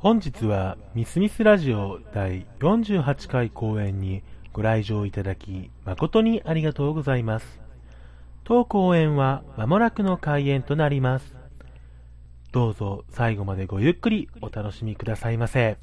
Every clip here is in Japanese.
本日はミスミスラジオ第48回公演にご来場いただき誠にありがとうございます。当公演は間もなくの開演となります。どうぞ最後までごゆっくりお楽しみくださいませ。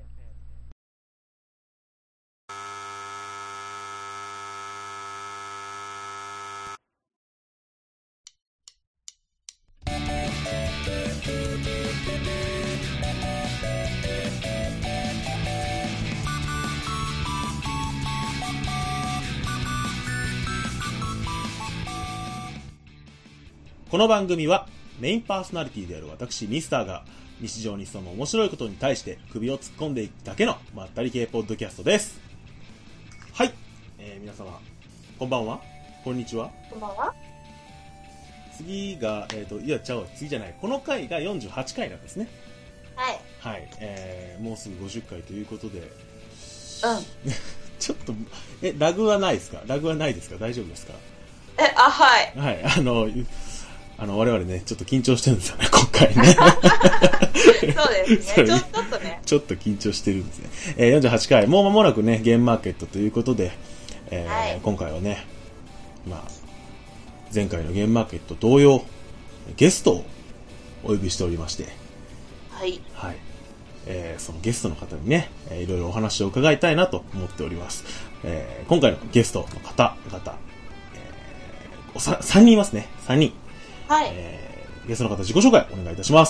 この番組はメインパーソナリティである私ミスターが日常に潜む面白いことに対して首を突っ込んでいくだけのまったり系ポッドキャストです。はい、皆様こんばんは、こんにちは、 こんばんは。 次が次じゃない、この回が48回なんですね。 はいはい、もうすぐ50回ということで、ちょっとラグはないですか？ラグはないですか？大丈夫ですか？ はいはい、我々ね、ちょっと緊張してるんですよね、今回ね。 そうですね。ちょっとね。 ちょっと緊張してるんですね。48回、もう間もなくね、ゲームマーケットということで、 はい、 今回はね、前回のゲームマーケット同様、ゲストをお呼びしておりまして、 はい。 はい。そのゲストの方にね、いろいろお話を伺いたいなと思っております。今回のゲストの方々、3人いますね。3人。 はい。 ゲストの方自己紹介お願いいたします。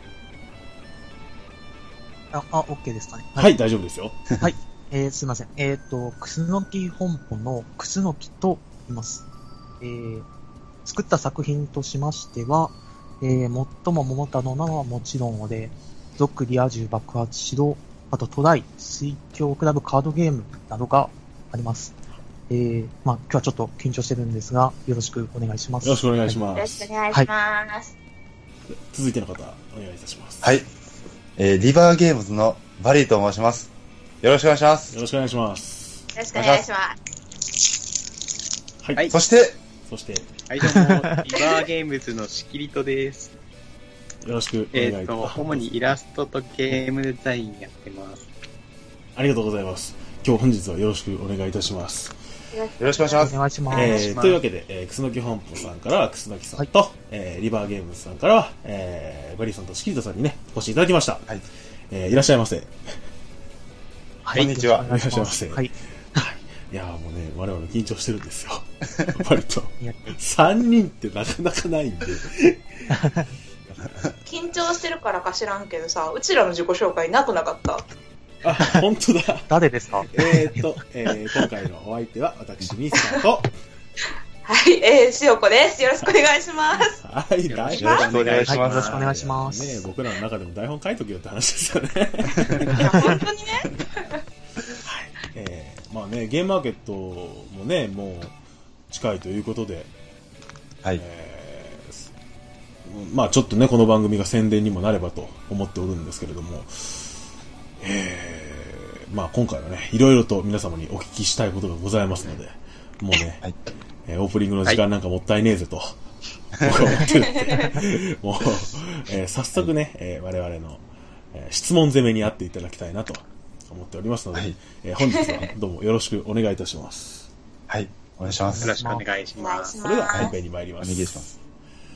OK ですかね。 はい、大丈夫ですよ。 はい。すいません。クスノキ本舗のクスノキと言います。作った作品としましては、最も桃太郎なのはもちろんで、ゾックリア充爆発指導、あとトライ、水郷クラブカードゲームなどがあります。今日はちょっと緊張してるんですが、よろしくお願いします。 よろしくお願いします。 よろしくお願いします。 続いての方、お願いいたします。 はい。リバーゲームズのバリーと申します。よろしくお願いします。 よろしくお願いします。 よろしくお願いします。 はい。 そして、 はいどうも、リバーゲームズのしきりとです。 よろしくお願いいたします。 主にイラストとゲームデザインやってます。 ありがとうございます。本日はよろしくお願いいたします。 よろしくお願いします。 お願いします。 というわけで、クスノキ本舗さんからはクスノキさんと、はい、リバーゲームズさんからは、バリーさんとシキリトさんにね、お越しいただきました。 はい。 いらっしゃいませ。 はい、こんにちは。 いらっしゃいませ。 はい。 いやもうね、我々緊張してるんですよ。割と。3人ってなかなかないんで。 緊張してるからか知らんけどさ、うちらの自己紹介なくなかった？ あ、本当だ。 誰ですか？ 今回のお相手は私、ミスターと、 はい、塩子です。よろしくお願いします。 はい、 よろしくお願いします。 よろしくお願いします。 ね、僕らの中でも台本書いとけよって話ですよね。 いや、本当にね。 はい。ゲームマーケットもね、もう近いということで、 はい。 ちょっとね、この番組が宣伝にもなればと思っておるんですけれども、今回はね、いろいろと皆様にお聞きしたいことがございますので、もうね、はい、オープニングの時間なんかもったいねえぜと、僕は思ってるんで、もう、早速ね、我々の、質問攻めにあっていただきたいなと思っておりますので、はい、本日はどうもよろしくお願いいたします。 はい、お願いします。 よろしくお願いします。 それでは本編に参ります。 お願いします。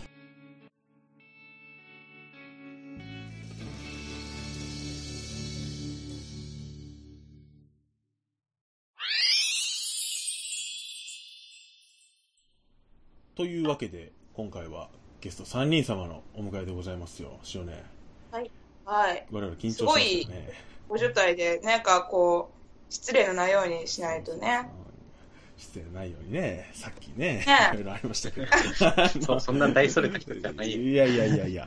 というわけで今回はゲスト3人様のお迎えでございますよ。塩ね。 はいはい。 我々緊張してますよね。 すごい50体でなんかこう失礼のないようにしないとね。 失礼のないようにね。さっきねいろいろありましたけど。そんな大それた人じゃないよ。 いや。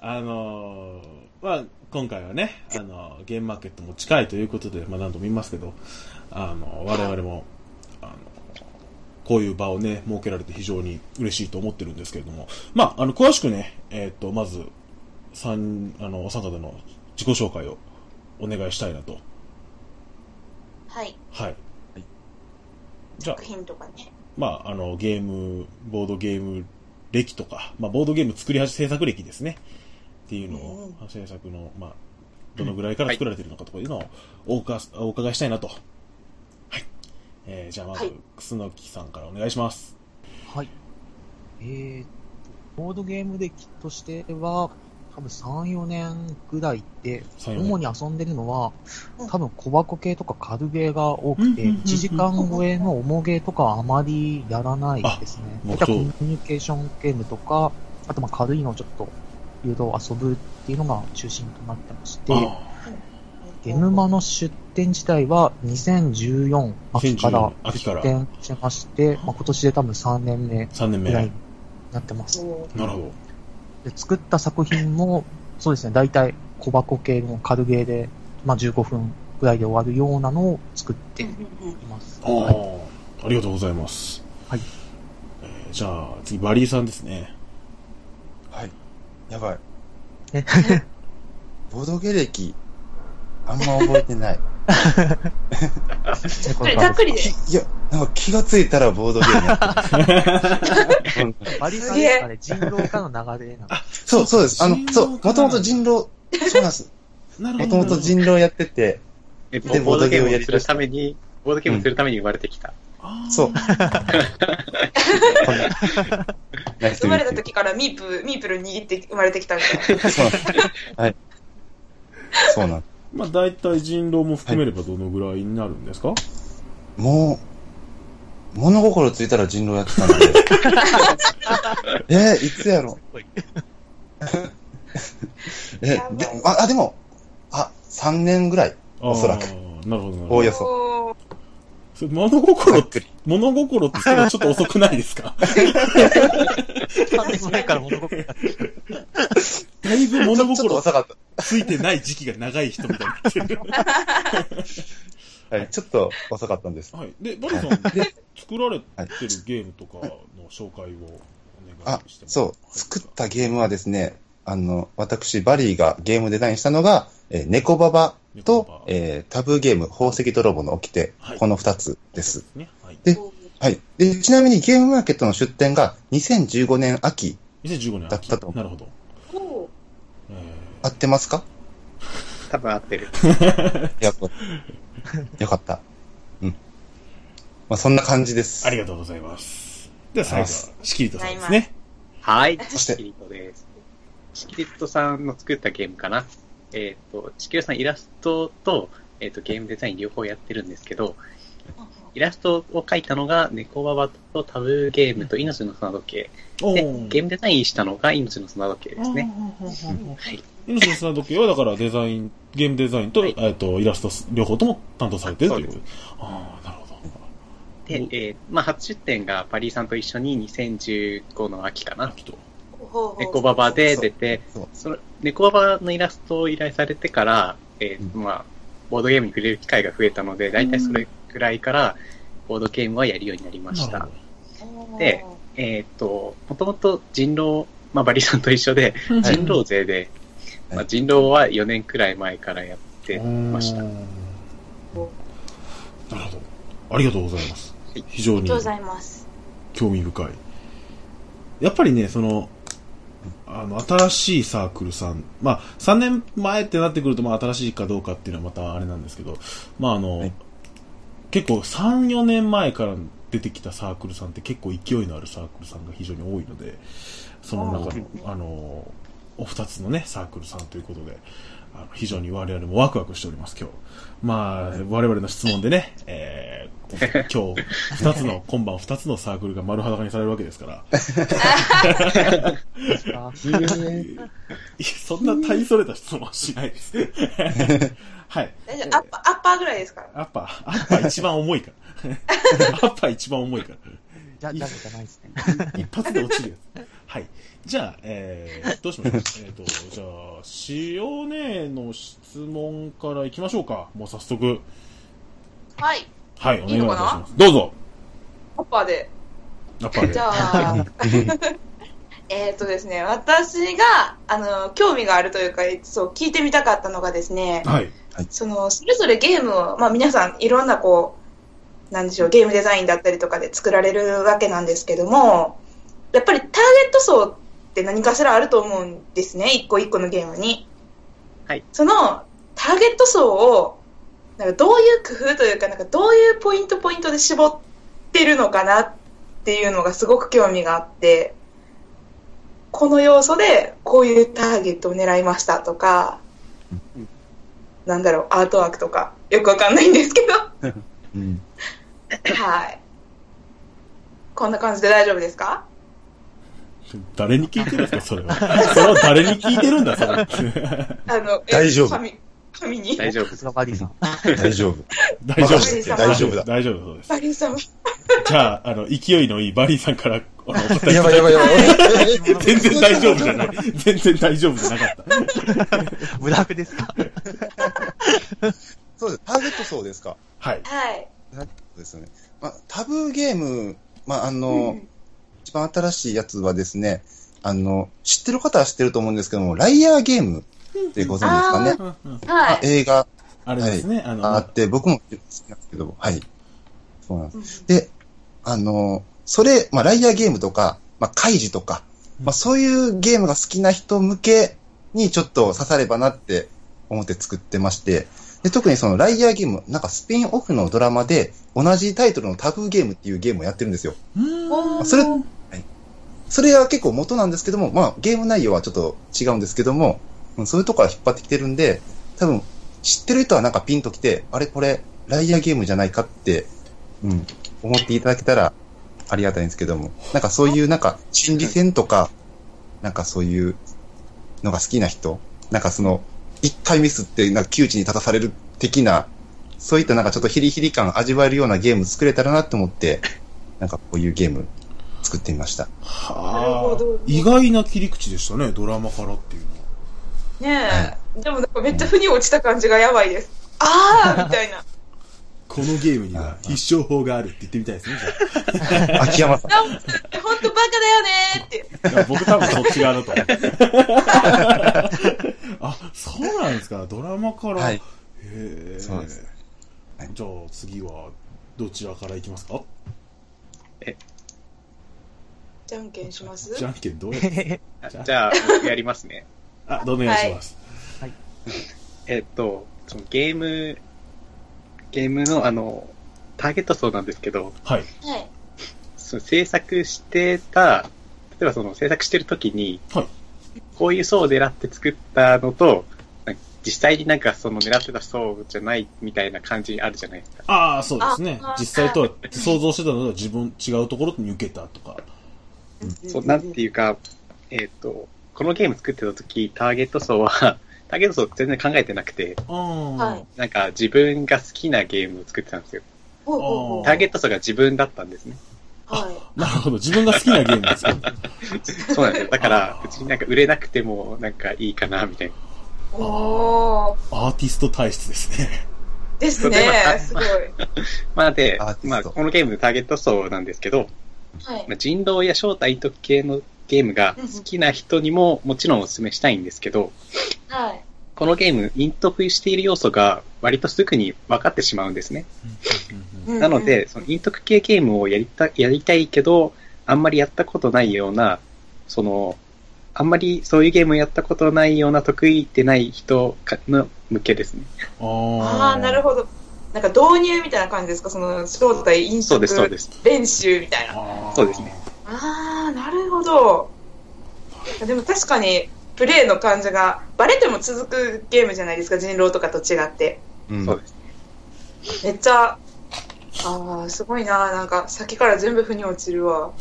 今回はねゲームマーケットも近いということで何度も言いますけど我々もこういう場をね、設けられて非常に嬉しいと思ってるんですけれども。詳しくね、まず、お三方の自己紹介をお願いしたいなと。 はい。 はい。 じゃあ、作品とかね。 ボードゲーム歴とか、ボードゲーム制作歴ですね。っていうのを、制作の、 どのぐらいから作られているのかとかいうのをお伺いしたいなと。はい。じゃあまず、楠木さんからお願いします。 はい。ボードゲーム歴としては、多分3、4年ぐらいで、主に遊んでるのは、多分小箱系とか軽ゲーが多くて、1時間超えの重ゲーとかはあまりやらないですね。コミュニケーションゲームとか、あと軽いのをちょっといろいろ遊ぶっていうのが中心となってまして、ゲームマの出展自体は2014秋から出展しまして、今年で多分3年目ぐらいになってます。 なるほど。 で作った作品も、そうですね、大体小箱系の軽ゲーで、15分ぐらいで終わるようなのを作っています。 はい、ありがとうございます。 はい。 じゃあ、次、バリーさんですね。 はい。やばい。ボードゲ歴、あんま覚えてない。 ざっくりで。 いや、なんか気がついたらボードゲームやってる。 バリさんですかね、人狼家の流れなんです。 そうです。もともと人狼、そうなんです。もともと人狼やってて、 で、ボードゲームをするために、ボードゲームするために生まれてきた。 そう。 生まれた時からミープル握って生まれてきたみたいな。 そうはい。そうなん。 大体人狼も含めればどのぐらいになるんですか？ もう、物心ついたら人狼やってたので。いつやろでも、3年ぐらい、おそらく。 なるほど、 おおよそ。 物心ってちょっと遅くないですか ？3年前から物心だいぶ物心ついてない時期が長い人みたいになってる。 はい、ちょっと遅かったんです。 はい。で、バリさん、作られてるゲームとかの紹介をお願いしてます。 そう。作ったゲームはですね、私、バリーがゲームデザインしたのが、猫ババと、タブーゲーム、宝石泥棒の掟、この2つです。で、はい。で、ちなみにゲームマーケットの出展が2015年秋だったと。 なるほど。 合ってますか？ 多分合ってる。 よかった。うん。そんな感じです。 ありがとうございます。では最後は、シキリトさんですね。 はい。シキリトです。シキリトさんの作ったゲームかな。シキリトさんイラストと、ゲームデザイン両方やってるんですけど、イラストを描いたのが猫ババとタブーゲームと命の砂時計。で、ゲームデザインしたのが命の砂時計ですね。 はい。命の砂時計はだからゲームデザインと、イラスト両方とも担当されてるということで。なるほど。で、初出展がパリーさんと一緒に2015の秋かな。猫ババで出て、その猫ババのイラストを依頼されてから、ボードゲームに触れる機会が増えたので、だいたいそれくらいからボードゲームはやるようになりました。で、もともと人狼、バリさんと一緒で、人狼勢で、人狼は4年くらい前からやってました。なるほど。ありがとうございます。非常に興味深い。やっぱりね、新しいサークルさん、3年前ってなってくると、新しいかどうかっていうのはまたあれなんですけど、結構3、4年前から出てきたサークルさんって結構勢いのあるサークルさんが非常に多いので、その中の、お二つのね、サークルさんということで、非常に我々もワクワクしております、今日。我々の質問でね、今晩2つのサークルが丸裸にされるわけですから。そんな大それた質問はしないです。はい。 アッパーぐらいですから。 アッパー一番重いから。アッパー一番重いから。 じゃないですね。 一発で落ちるやつ。はい。じゃあ、どうしましょう。じゃあ、塩姉の質問からいきましょうか。もう早速。 はい。 はい、お願いいたします。どうぞ。 アッパーで。じゃあ、ですね、私が、興味があるというか、聞いてみたかったのがですね、 はい。 それぞれゲームを、皆さんいろんなゲームデザインだったりとかで作られるわけなんですけども、やっぱりターゲット層って何かしらあると思うんですね、一個一個のゲームに。 はい。 ターゲット層を、なんかどういう工夫というか、なんかどういうポイントで絞ってるのかなっていうのがすごく興味があって、この要素でこういうターゲットを狙いましたとか、なんだろう、アートワークとか、よくわかんないんですけど。うん、はい。こんな感じで大丈夫ですか？ 誰に聞いてるんですか、それは。それは誰に聞いてるんだ、それ。 大丈夫。 神に。 大丈夫です。 バリーさん。 大丈夫。 大丈夫。 大丈夫だ。 大丈夫そうです。 バリー様。 じゃあ、勢いのいいバリーさんから、お答えやばい。 全然大丈夫じゃない。全然大丈夫じゃなかった。 ブラックですか？ そうです。ターゲット層ですか？ はい。 はい。 そうですよね。タブーゲーム、一番新しいやつはですね、知ってる方は知ってると思うんですけども、ライアーゲームってご存知ですかね。 はい。 映画。 あれですね。 あって、僕も好きなんですけど、はい。そうなんです。で、それ、ライアーゲームとか、カイジとか、そういうゲームが好きな人向けにちょっと刺さればなって思って作ってまして、で、特にそのライアーゲーム、なんかスピンオフのドラマで同じタイトルのタブーゲームっていうゲームをやってるんですよ。それは結構元なんですけども、ゲーム内容はちょっと違うんですけども、そういうところから引っ張ってきてるんで、多分知ってる人はなんかピンときて、あれこれライアーゲームじゃないかって、思っていただけたらありがたいんですけども、なんかそういうなんか心理戦とか、なんかそういうのが好きな人、なんかその一回ミスってなんか窮地に立たされる的な、そういったなんかちょっとヒリヒリ感味わえるようなゲーム作れたらなと思って、なんかこういうゲーム作ってみました。 はあ。意外な切り口でしたね、ドラマからっていうのは。ねえ、でもなんかめっちゃ腑に落ちた感じがやばいです。あーみたいな。 このゲームには必勝法があるって言ってみたいですね、 じゃあ。秋山さん。 本当バカだよねって。 いや僕多分そっち側だと思う。あ、そうなんですか、ドラマから。はい、へー。そうです。じゃあ次はどちらからいきますか？ じゃんけんします？ じゃんけんどうやってじゃあ僕やりますね。 あ、お願いします。 はい。 そのゲームのターゲット層なんですけど、 はい。 その制作してた、例えばその制作してる時に、 はい。 こういう層を狙って作ったのと、実際になんかその狙ってた層じゃないみたいな感じあるじゃないですか。 ああ、そうですね。実際とは想像してたのとは自分違うところに受けたとか。 そう、なんていうか、このゲーム作ってた時、ターゲット層全然考えてなくて、なんか自分が好きなゲームを作ってたんですよ。ターゲット層が自分だったんですね。 はい。 なるほど、自分が好きなゲームですよ。 そうなんですよ。だから、別になんか売れなくてもなんかいいかな、みたいな。 アーティスト体質ですね。 ですね、すごい。 このゲームのターゲット層なんですけど、人狼や正体得系のゲームが好きな人にももちろんお勧めしたいんですけど、このゲーム、イントクしている要素が割とすぐに分かってしまうんですね。なので、そのイントク系ゲームをやりたいけど、あんまりやったことないような、あんまりそういうゲームをやったことないような得意でない人の向けですね。 ああ、なるほど。なんか導入みたいな感じですか？その正体イントク練習みたいな。 そうですね。 ああ、なるほど。でも確かにプレイの感じがバレても続くゲームじゃないですか、人狼とかと違って。 そうです。 めっちゃすごいな。なんか先から全部腑に落ちるわ。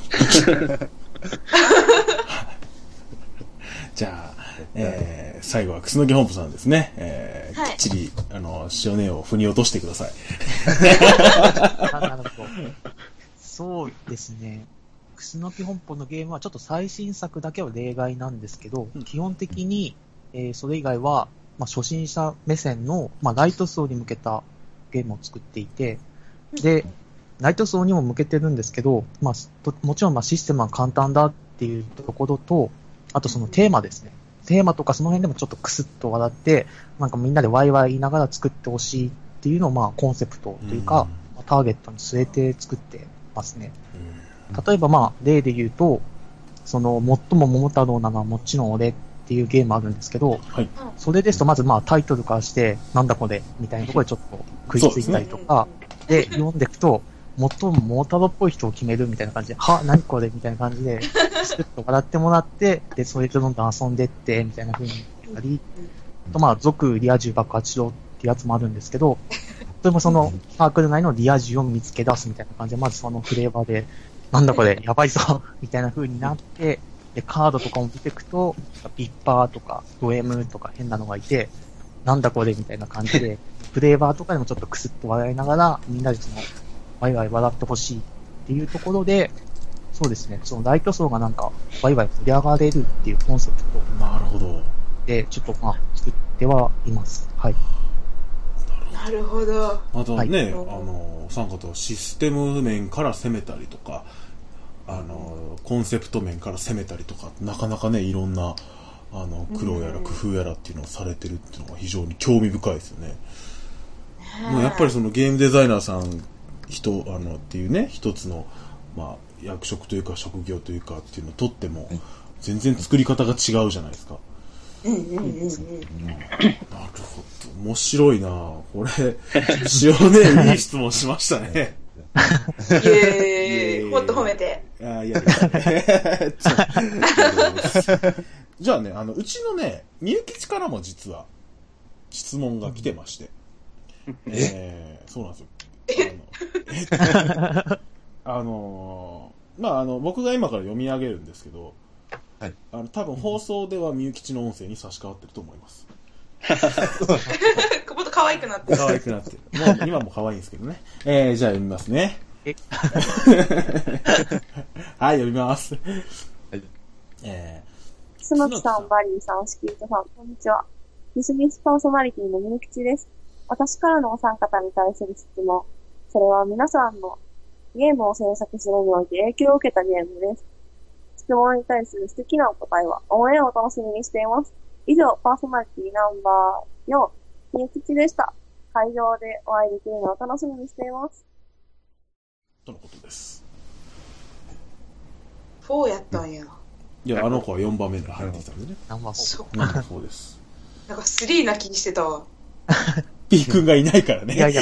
じゃあ、最後は楠木本舗さんですね。きっちり塩根を腑に落としてください。 なるほど。そうですね。楠木本舗のゲームはちょっと最新作だけは例外なんですけど、基本的に、それ以外は、初心者目線の、ライト層に向けたゲームを作っていて、で、ライト層にも向けてるんですけど、もちろんシステムは簡単だっていうところと、あとそのテーマですね。テーマとかその辺でもちょっとクスッと笑って、なんかみんなでワイワイ言いながら作ってほしいっていうのをコンセプトというか、ターゲットに据えて作ってますね。例えば例で言うと、最も桃太郎なのはもちろん俺ってっていうゲームあるんですけど、はい、それですとまずまあタイトルからして、なんだこれみたいなところでちょっと食いついたりとか、で、読んでいくと、最もモータロっぽい人を決めるみたいな感じで、は、何これみたいな感じで、ちょっと笑ってもらって、で、それとどんどん遊んでって、みたいな風になり、あとまあ、続リア充爆発しろってやつもあるんですけど、それもそのサークル内のリア充を見つけ出すみたいな感じで、まずそのフレーバーで、なんだこれ、やばいぞみたいな風になって、で、カードとかも見ていくと、ビッパーとか、ド M とか変なのがいて、なんだこれみたいな感じで、フレーバーとかでもちょっとクスッと笑いながら、みんなでその、ワイワイ笑ってほしいっていうところで、そうですね、そのライト層がなんか、ワイワイ盛り上がれるっていうコンセプトなるほど。 で、ちょっとまあ、作ってはいます。はい。 なるほど。 あとね、お三方システム面から攻めたりとか、コンセプト面から攻めたりとか、なかなかね、いろんな、苦労やら工夫やらっていうのをされてるっていうのが非常に興味深いですよね。もうやっぱりそのゲームデザイナーさんっていうね、一つの、まあ、役職というか職業というかっていうのをとっても、全然作り方が違うじゃないですか。なるほど。面白いなぁ。これ、一応ね、いい質問しましたね。 もっと褒めて。 じゃあね、うちのね、みゆきちからも実は質問が来てまして。そうなんですよ。まあ、僕が今から読み上げるんですけど、はい、多分放送ではみゆきちの音声に差し替わってると思います。 もっと可愛くなってる。 可愛くなってる。もう、今も可愛いんですけどね。じゃあ読みますね。はい、読みます。はい。 スノキさん、バリーさん、シキートさん、こんにちは。ミスミスパーソナリティのみゆきちです。私からのお三方に対する質問。それは皆さんのゲームを制作するにおいて影響を受けたゲームです。質問に対する素敵なお答えはオンエアを楽しみにしています。以上、パーソナリティナンバー4、みゆきちでした。会場でお会いできるのを楽しみにしています。 とのことです。 4やったんや。 いや、あの子は4番目で入ってきたんでね。 ナンバー 4。 そうです。 なんか3な気にしてたわ。 P 君がいないからね。 いやいや、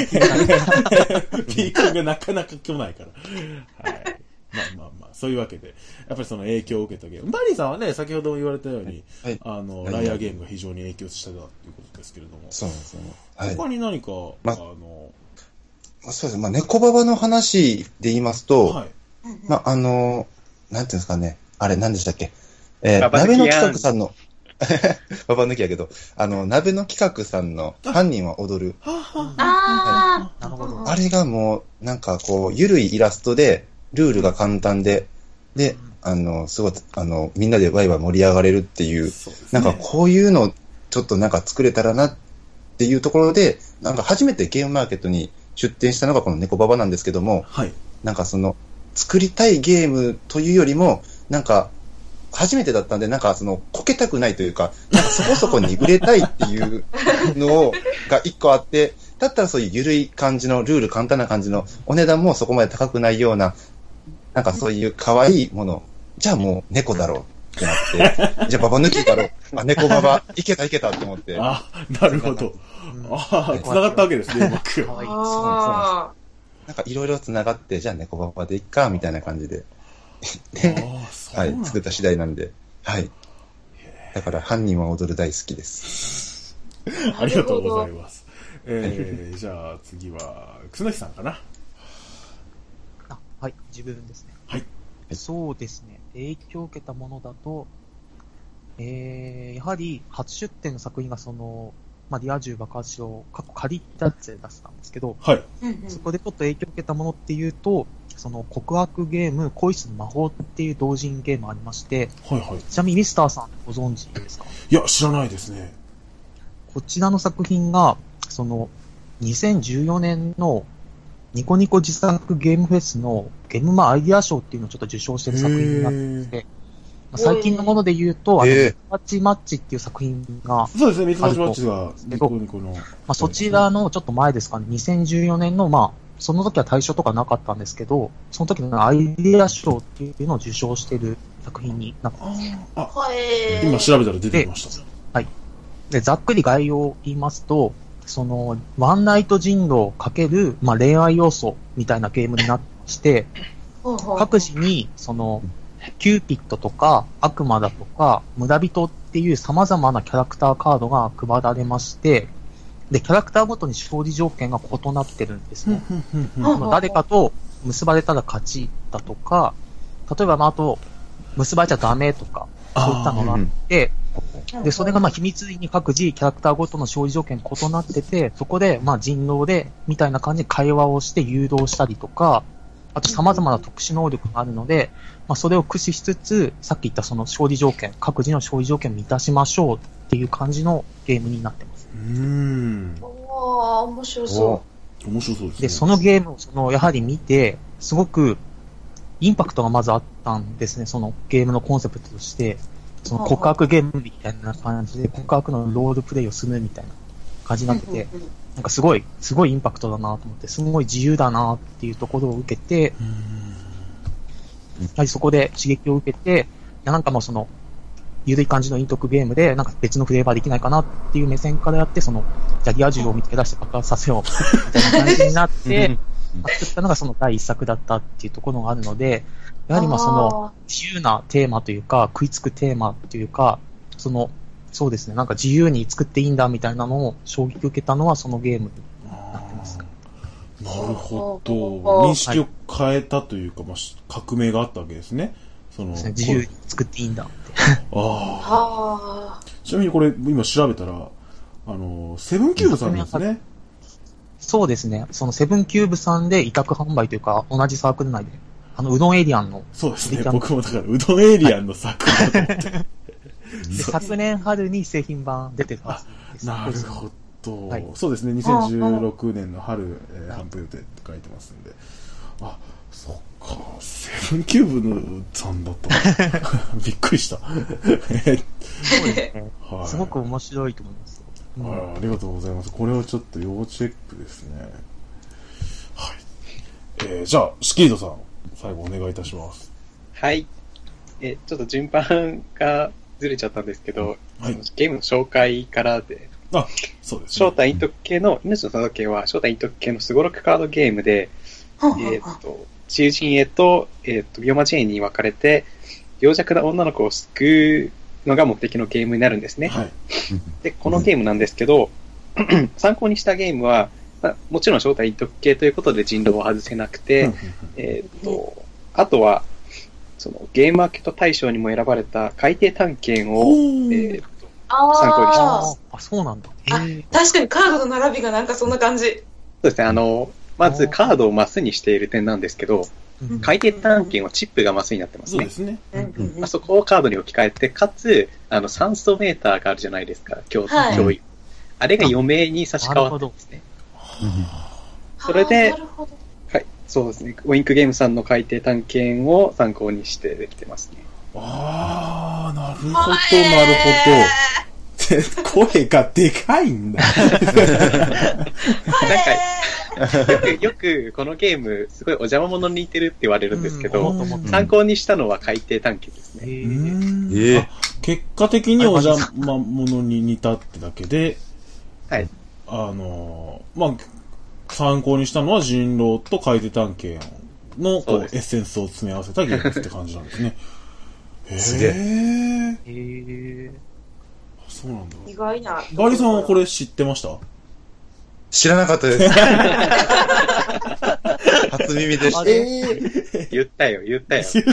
P 君がなかなか来ないから。はい。まあ、そういうわけで、やっぱりその影響を受けたゲーム。バリーさんはね、先ほども言われたように、はい、ライアーゲームが非常に影響したということですけれども。 そうですね。はい、 他に何か、 そうですね。まあ、猫ババの話で言いますと、はい、まあ、なんていうんですかね。あれ、何でしたっけ。鍋の企画さんの、ババ抜きやけど、鍋の企画さんの犯人は踊る。 なるほど。 あれがもう、なんかこう、ゆるいイラストで、ルールが簡単で、で、すごい、みんなでワイワイ盛り上がれるっていう、なんかこういうの、ちょっとなんか作れたらなっていうところで、なんか初めてゲームマーケットに出展したのがこの猫ババなんですけども、はい、なんかその、作りたいゲームというよりも、なんか、初めてだったんで、なんかその、こけたくないというか、なんかそこそこに売れたいっていうのが一個あって、だったらそういう緩い感じの、ルール簡単な感じの、お値段もそこまで高くないような、なんかそういう可愛いもの、じゃあもう猫だろうってなって、じゃあババ抜きだろう。あ、猫ババ、いけたって思って。 あ、なるほど。繋がったわけですね、うまく。 そうなんかいろいろ繋がって、じゃあ猫ババでいっか、みたいな感じで。はい、作った次第なんで。はい。だから犯人は踊る大好きです。 ありがとうございます。じゃあ次は、楠木さんかな。 はい、自分ですね。 はい。 そうですね。影響を受けたものだと、やはり初出展の作品がその、まあ、リア充爆発を借りたやつで出したんですけど、 はい。 そこでちょっと影響を受けたものっていうと、その告白ゲーム、恋する魔法っていう同人ゲームありまして、 はいはい。 ちなみにミスターさんご存知ですか？ いや、知らないですね。 こちらの作品が、その、2014年のニコニコ自作ゲームフェスのゲームマアイディア賞っていうのをちょっと受賞してる作品になってて、最近のもので言うと、ミツバチマッチっていう作品が、 そうですね、ミツバチマッチがニコニコの。 まあ、そちらのちょっと前ですかね、2014年の、まあ、その時は大賞とかなかったんですけど、その時のアイディア賞っていうのを受賞してる作品になってます。 今調べたら出てきました。 はい。で、ざっくり概要を言いますと、ワンナイト人狼×恋愛要素みたいなゲームになってして、各自に、キューピッドとか、悪魔だとか、村人っていう様々なキャラクターカードが配られまして、で、キャラクターごとに勝利条件が異なってるんですね。誰かと結ばれたら勝ちだとか、例えばあと、結ばれちゃダメとか、そういったのがあって、で、それが秘密裏に各自キャラクターごとの勝利条件異なってて、そこで人狼で、みたいな感じで会話をして誘導したりとか、あと様々な特殊能力があるので、それを駆使しつつ、さっき言ったその勝利条件、各自の勝利条件を満たしましょうっていう感じのゲームになってます。 面白そう。 面白そうですね。 で、そのゲームをやはり見て、すごくインパクトがまずあったんですね、そのゲームのコンセプトとして、その告白ゲームみたいな感じで、告白のロールプレイをするみたいな感じになってて、なんかすごいインパクトだなと思って、すごい自由だなっていうところを受けて、やはりそこで刺激を受けて、なんかゆるい感じの陰徳ゲームで、なんか別のフレーバーできないかなっていう目線からやって、じゃあリア充を見つけ出して爆発させよう、みたいな感じになって、作ったのがその第一作だったっていうところがあるので、やはり自由なテーマというか、食いつくテーマというか、そうですね、なんか自由に作っていいんだみたいなのを衝撃を受けたのはそのゲームになってます。 なるほど。認識を変えたというか、革命があったわけですね。 自由に作っていいんだって。 ちなみにこれ、今調べたら、セブンキューブさんなんですね。 そうですね。セブンキューブさんで委託販売というか、同じサークル内で、うどんエイリアンの。 そうですね。僕もだから、うどんエイリアンのサークルだと思って。 で昨年春に製品版出てたはずです。 なるほど。そうですね。2016年の春、販布予定って書いてますんで。そっか。セブンキューブのさんだった。びっくりした。 そうですね。すごく面白いと思います。 ありがとうございます。これはちょっと要チェックですね。はい。じゃあ、シキードさん、最後お願いいたします。 はい。ちょっと順番がずれちゃったんですけど、ゲームの紹介からで、 そうですね。 正体陰徳系の、命の佐系は正体陰徳系のスゴロクカードゲームで、自由陣営と、ビオマ陣営に分かれて、病弱な女の子を救うのが目的のゲームになるんですね。で、このゲームなんですけど、参考にしたゲームは、もちろん正体陰徳系ということで人狼を外せなくて、あとは、ゲームマーケット大賞にも選ばれた海底探検を、参考にしてます。 そうなんだ。 確かにカードの並びがなんかそんな感じ。そうですね。まずカードをマスにしている点なんですけど、海底探検はチップがマスになってますね。そうですね。そこをカードに置き換えて、かつ、酸素メーターがあるじゃないですか、教育。あれが余命に差し替わってるんですね。それで、そうですね。ウィンクゲームさんの海底探検を参考にしてできてますね。 なるほど、なるほど。声がでかいんだ。 よくこのゲーム、すごいお邪魔者に似てるって言われるんですけど、参考にしたのは海底探検ですね。 結果的にお邪魔者に似たってだけで、参考にしたのは人狼と海底探検のエッセンスを詰め合わせたゲームって感じなんですね。 すげえ。 そうなんだ。 意外な。 バリさんはこれ知ってました？ 知らなかったです。初耳でした。 言ったよ。 絶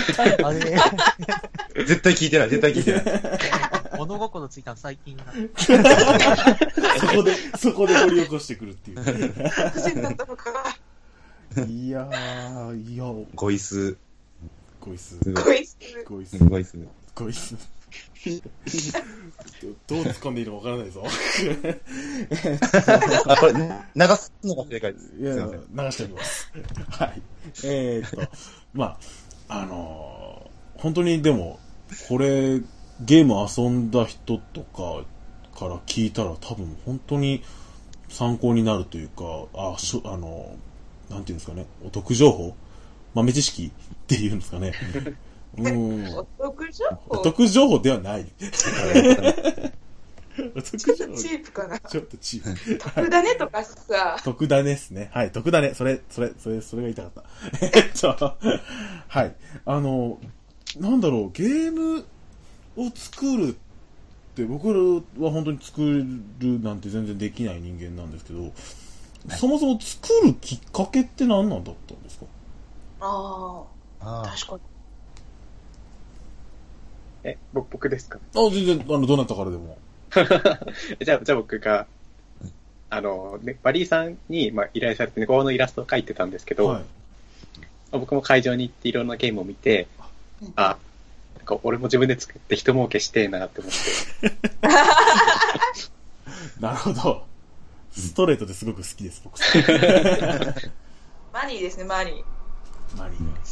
対聞いてない。 物心ついた最近そこで掘り起こしてくるっていう。 伏線だったのか。 いやー、 ゴイス。 どう突っ込んでいいのかわからないぞ。 これ、流すのが正解です。 いや、流しておきます。はい。本当にでも、これ、ゲーム遊んだ人とかから聞いたら多分本当に参考になるというか、なんていうんですかね、お得情報豆知識っていうんですかね。 お得情報お得情報ではない。お得情報。 ちょっとチープかな。 ちょっとチープ。 得だねとかさ。 得だねですね。はい、得だね。それが言いたかった。はい。なんだろう、ゲームを作るって、僕らは本当に作るなんて全然できない人間なんですけど、そもそも作るきっかけって何なんだったんですか？ 確かに。僕ですか？ 全然、どなたからでも。 じゃあ僕が、ね、バリーさんに、依頼されて猫のイラストを描いてたんですけど、はい、僕も会場に行っていろんなゲームを見て、なんか俺も自分で作って人儲けしてえなって思って。 なるほど。ストレートですごく好きです、僕。 マニーですね、マニー。 マニーです。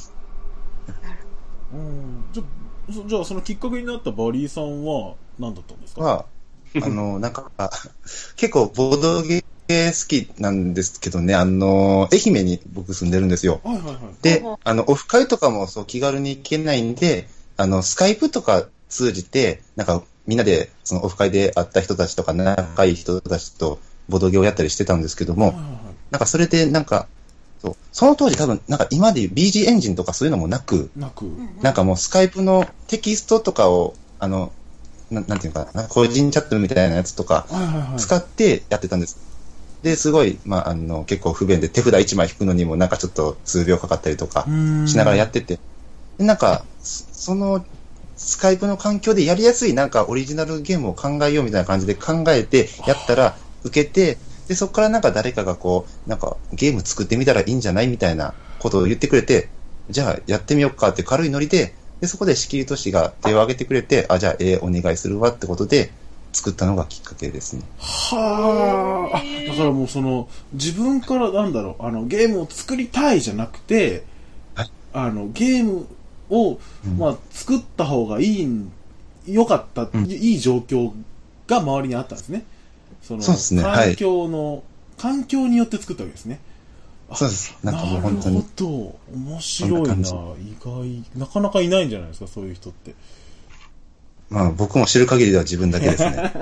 じゃあそのきっかけになったバリーさんは何だったんですか？ なんか、結構ボードゲー好きなんですけどね、愛媛に僕住んでるんですよ。 はいはいはい。 で、オフ会とかもそう気軽に行けないんで、スカイプとか通じて、なんかみんなでそのオフ会で会った人たちとか仲いい人たちとボードゲーをやったりしてたんですけども、なんかそれでなんか、その当時多分、なんか今でいう BG エンジンとかそういうのもなく、なんかもうスカイプのテキストとかを、なんていうかな、個人チャットみたいなやつとか、使ってやってたんです。で、すごい、結構不便で手札1枚引くのにもなんかちょっと数秒かかったりとかしながらやってて、でなんか、そのスカイプの環境でやりやすいなんかオリジナルゲームを考えようみたいな感じで考えてやったら受けて、で、そこからなんか誰かがなんかゲーム作ってみたらいいんじゃないみたいなことを言ってくれて、じゃあやってみようかって軽いノリで、で、そこで仕切りとしが手を挙げてくれて、じゃあお願いするわってことで作ったのがきっかけですね。 はあ。だからもう自分からなんだろう、ゲームを作りたいじゃなくて、はい、ゲームを、作った方が良かった、いい状況が周りにあったんですね。 そうですね。 環境によって作ったわけですね。 そうです。なんかもう本当に。 なるほど。面白いな。意外。なかなかいないんじゃないですか、そういう人って。 僕も知る限りでは自分だけですね。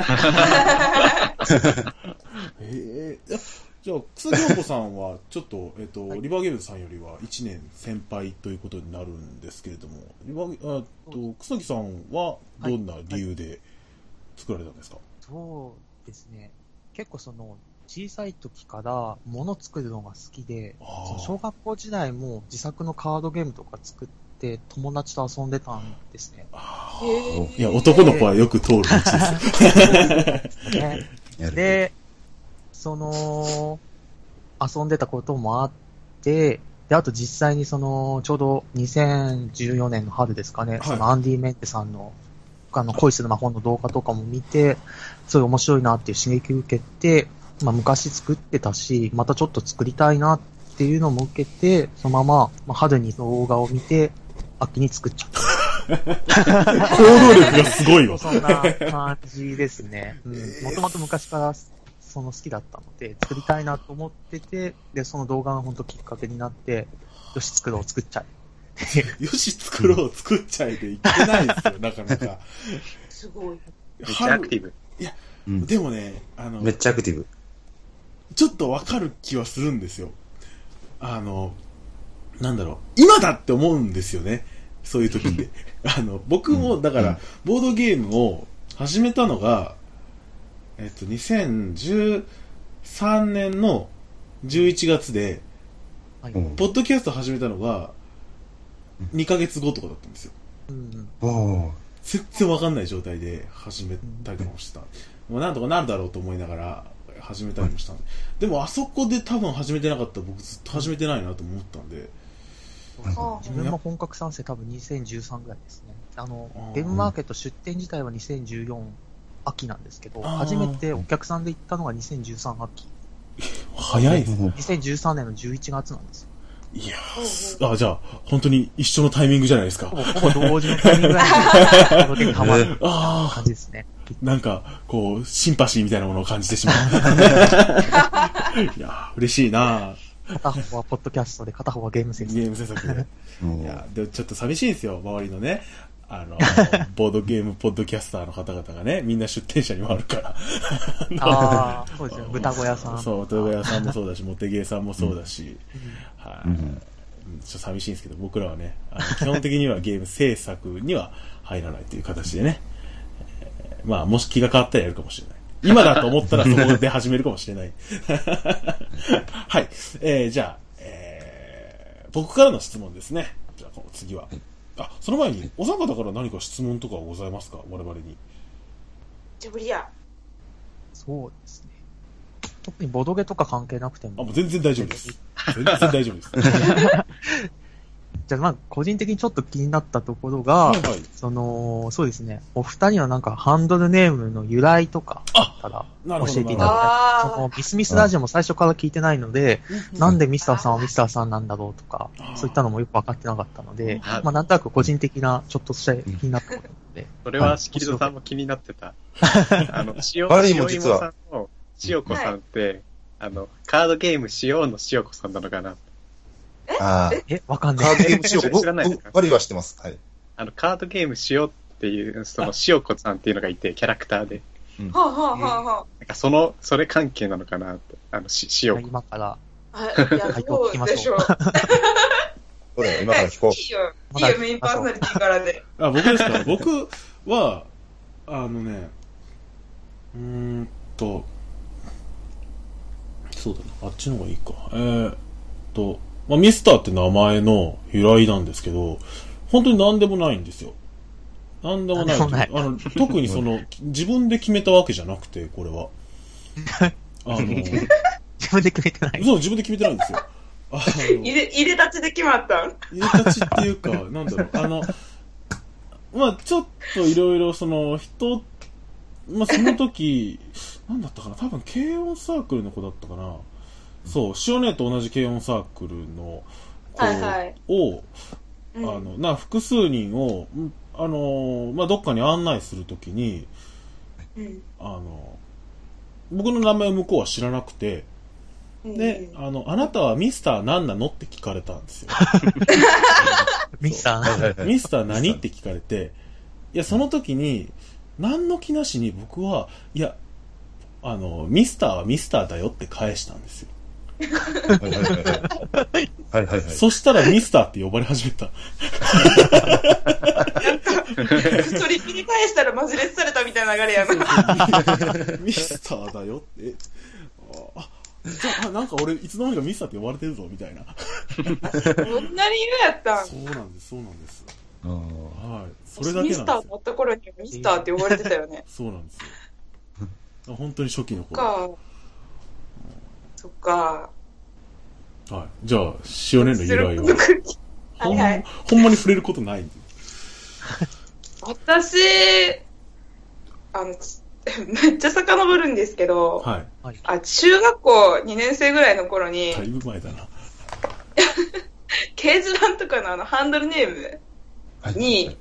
じゃあ、楠木陽子さんは、ちょっと、リバーゲームズさんよりは1年先輩ということになるんですけれども、楠木さんはどんな理由で作られたんですか？ そうですね。結構小さい時から物作るのが好きで、小学校時代も自作のカードゲームとか作って友達と遊んでたんですね。 いや、男の子はよく通る道ですね。で、遊んでたこともあって、で、あと実際にちょうど2014年の春ですかね、アンディ・メンテさんの恋する魔法の動画とかも見て、すごい面白いなっていう刺激を受けて、昔作ってたし、またちょっと作りたいなっていうのも受けて、そのまま、春に動画を見て、秋に作っちゃった。 行動力がすごいわ。 そんな感じですね。もともと昔から好きだったので、作りたいなと思ってて、で、その動画が本当きっかけになって、よし作ろう、作っちゃえ。 よし作ろう、作っちゃえでいけないですよ、なかなか。 すごい。 めっちゃアクティブ。 いや、でもね、 めっちゃアクティブ。 ちょっとわかる気はするんですよ。なんだろう、今だって思うんですよね。そういう時って。僕も、だから、ボードゲームを始めたのが、2013年の11月で、ポッドキャスト始めたのが、2ヶ月後とかだったんですよ。全然わかんない状態で始めたりもした。もうなんとかなるだろうと思いながら始めたりもしたんで。でもあそこで多分始めてなかったら僕ずっと始めてないなと思ったんで。 自分も本格参戦多分2013ぐらいですね。ゲームマーケット出店自体は2014秋なんですけど、初めてお客さんで行ったのが2013秋。 早いですね。 2013年の11月なんですよ。 いやー、じゃあ、本当に一緒のタイミングじゃないですか。 ほぼ同時のタイミングぐらいでハマる感じですね。 なんか、シンパシーみたいなものを感じてしまう。いやー、嬉しいな片方はポッドキャストで、片方はゲーム制作。 ゲーム制作で。いや、でもちょっと寂しいんですよ、周りのね。ボードゲームポッドキャスターの方々がね、みんな出店者にもあるから。 ああ、そうですね。豚小屋さん。 そう、豚小屋さんもそうだし、モテゲーさんもそうだし、はい。ちょっと寂しいんですけど、僕らはね、基本的にはゲーム制作には入らないという形でね。まあ、もし気が変わったらやるかもしれない。今だと思ったらそこで始めるかもしれない。はい。じゃあ、僕からの質問ですね。じゃあ、この次は。その前に、お三方から何か質問とかございますか、我々に。 ジャブリア。 そうですね。特にボドゲとか関係なくても。 もう全然大丈夫です。全然大丈夫です。 じゃあ、まあ、個人的にちょっと気になったところが、そうですね、お二人のなんかハンドルネームの由来とかから教えていただいて、ミスミスラジオも最初から聞いてないので、なんでミスターさんはミスターさんなんだろうとか、そういったのもよくわかってなかったので、まあ、なんとなく個人的なちょっとした気になったことで。 それはしきりどさんも気になってた。塩芋さんの塩子さんって、カードゲームしようの塩子さんなのかな。 わかんない。 カードゲームしよう。知らないですか？バリは知ってます。はい。 カードゲームしようっていう、その塩子さんっていうのがいて、キャラクターで。 はあはあはあはあ。 なんかそれ関係なのかなって、塩子。 今から。 いや、そうでしょう。 そうだよ、今から聞こう。 いいよ、メインパーソナリティからで。 僕ですか？僕は、そうだな、あっちの方がいいか。まあ、ミスターって名前の由来なんですけど、本当に何でもないんですよ。何でもない。特に自分で決めたわけじゃなくて、これは。 自分で決めてない？ そう、自分で決めてないんですよ。 入れ立ちで決まったん？ 入れ立ちっていうか、なんだろう、まあちょっといろいろまあその時、なんだったかな、多分軽音サークルの子だったかな。そう、塩姉と同じ軽音サークルの子を、複数人を、まあ、どっかに案内するときに、僕の名前を向こうは知らなくて、で、あなたはミスター何なのって聞かれたんですよ。 ミスターミスター何って聞かれて、いや、その時に、何の気なしに僕は、いや、ミスターはミスターだよって返したんですよ。そしたらミスターって呼ばれ始めた。 それ切り返したらマジレスされたみたいな流れやな。 ミスターだよって。じゃあ、なんか俺いつの間にかミスターって呼ばれてるぞみたいな。 そんな理由やったん？ そうなんです。はい。 それだけなんですよ。ミスター乗った頃にはミスターって呼ばれてたよね。 そうなんですよ。本当に初期の頃。 そっか。 はい。じゃあ、塩姉の由来は。ほんまに触れることないんで。 私、めっちゃ遡るんですけど、中学校2年生ぐらいの頃に、 だいぶ前だな。 掲示板とかのハンドルネームに、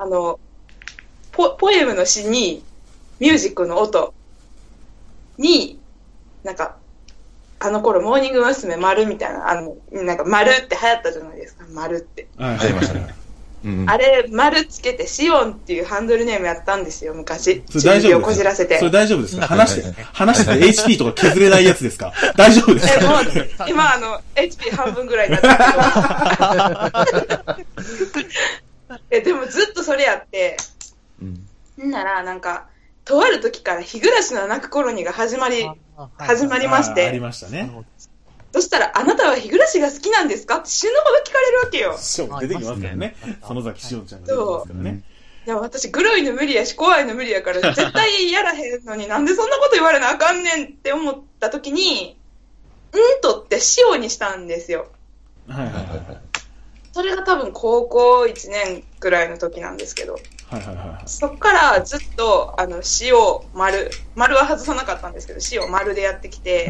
ポエムの詩に、ミュージックの音に、なんか、あの頃、モーニング娘。丸みたいな、なんか丸って流行ったじゃないですか、丸って。 流行りましたね。 あれ、丸つけて、シオンっていうハンドルネームやったんですよ、昔。 それ大丈夫ですか？ こじらせて。 それ大丈夫ですか？話してて HP とか削れないやつですか？大丈夫ですか？ 今、HP 半分ぐらいになったけど。でもずっとそれやって、なら、なんか、とある時から日暮らしの泣く頃にが始まりまして。 ありましたね。 そしたら、あなたは日暮らしが好きなんですかって死ぬほど聞かれるわけよ。 出てきますからね。園崎しおんちゃんが出てきますからね。 いや、私、グロいの無理やし、怖いの無理やから、絶対やらへんのになんでそんなこと言われなあかんねんって思った時に、とって塩にしたんですよ。それが多分高校1年くらいの時なんですけど。そっからずっと、塩、丸は外さなかったんですけど、塩、丸でやってきて、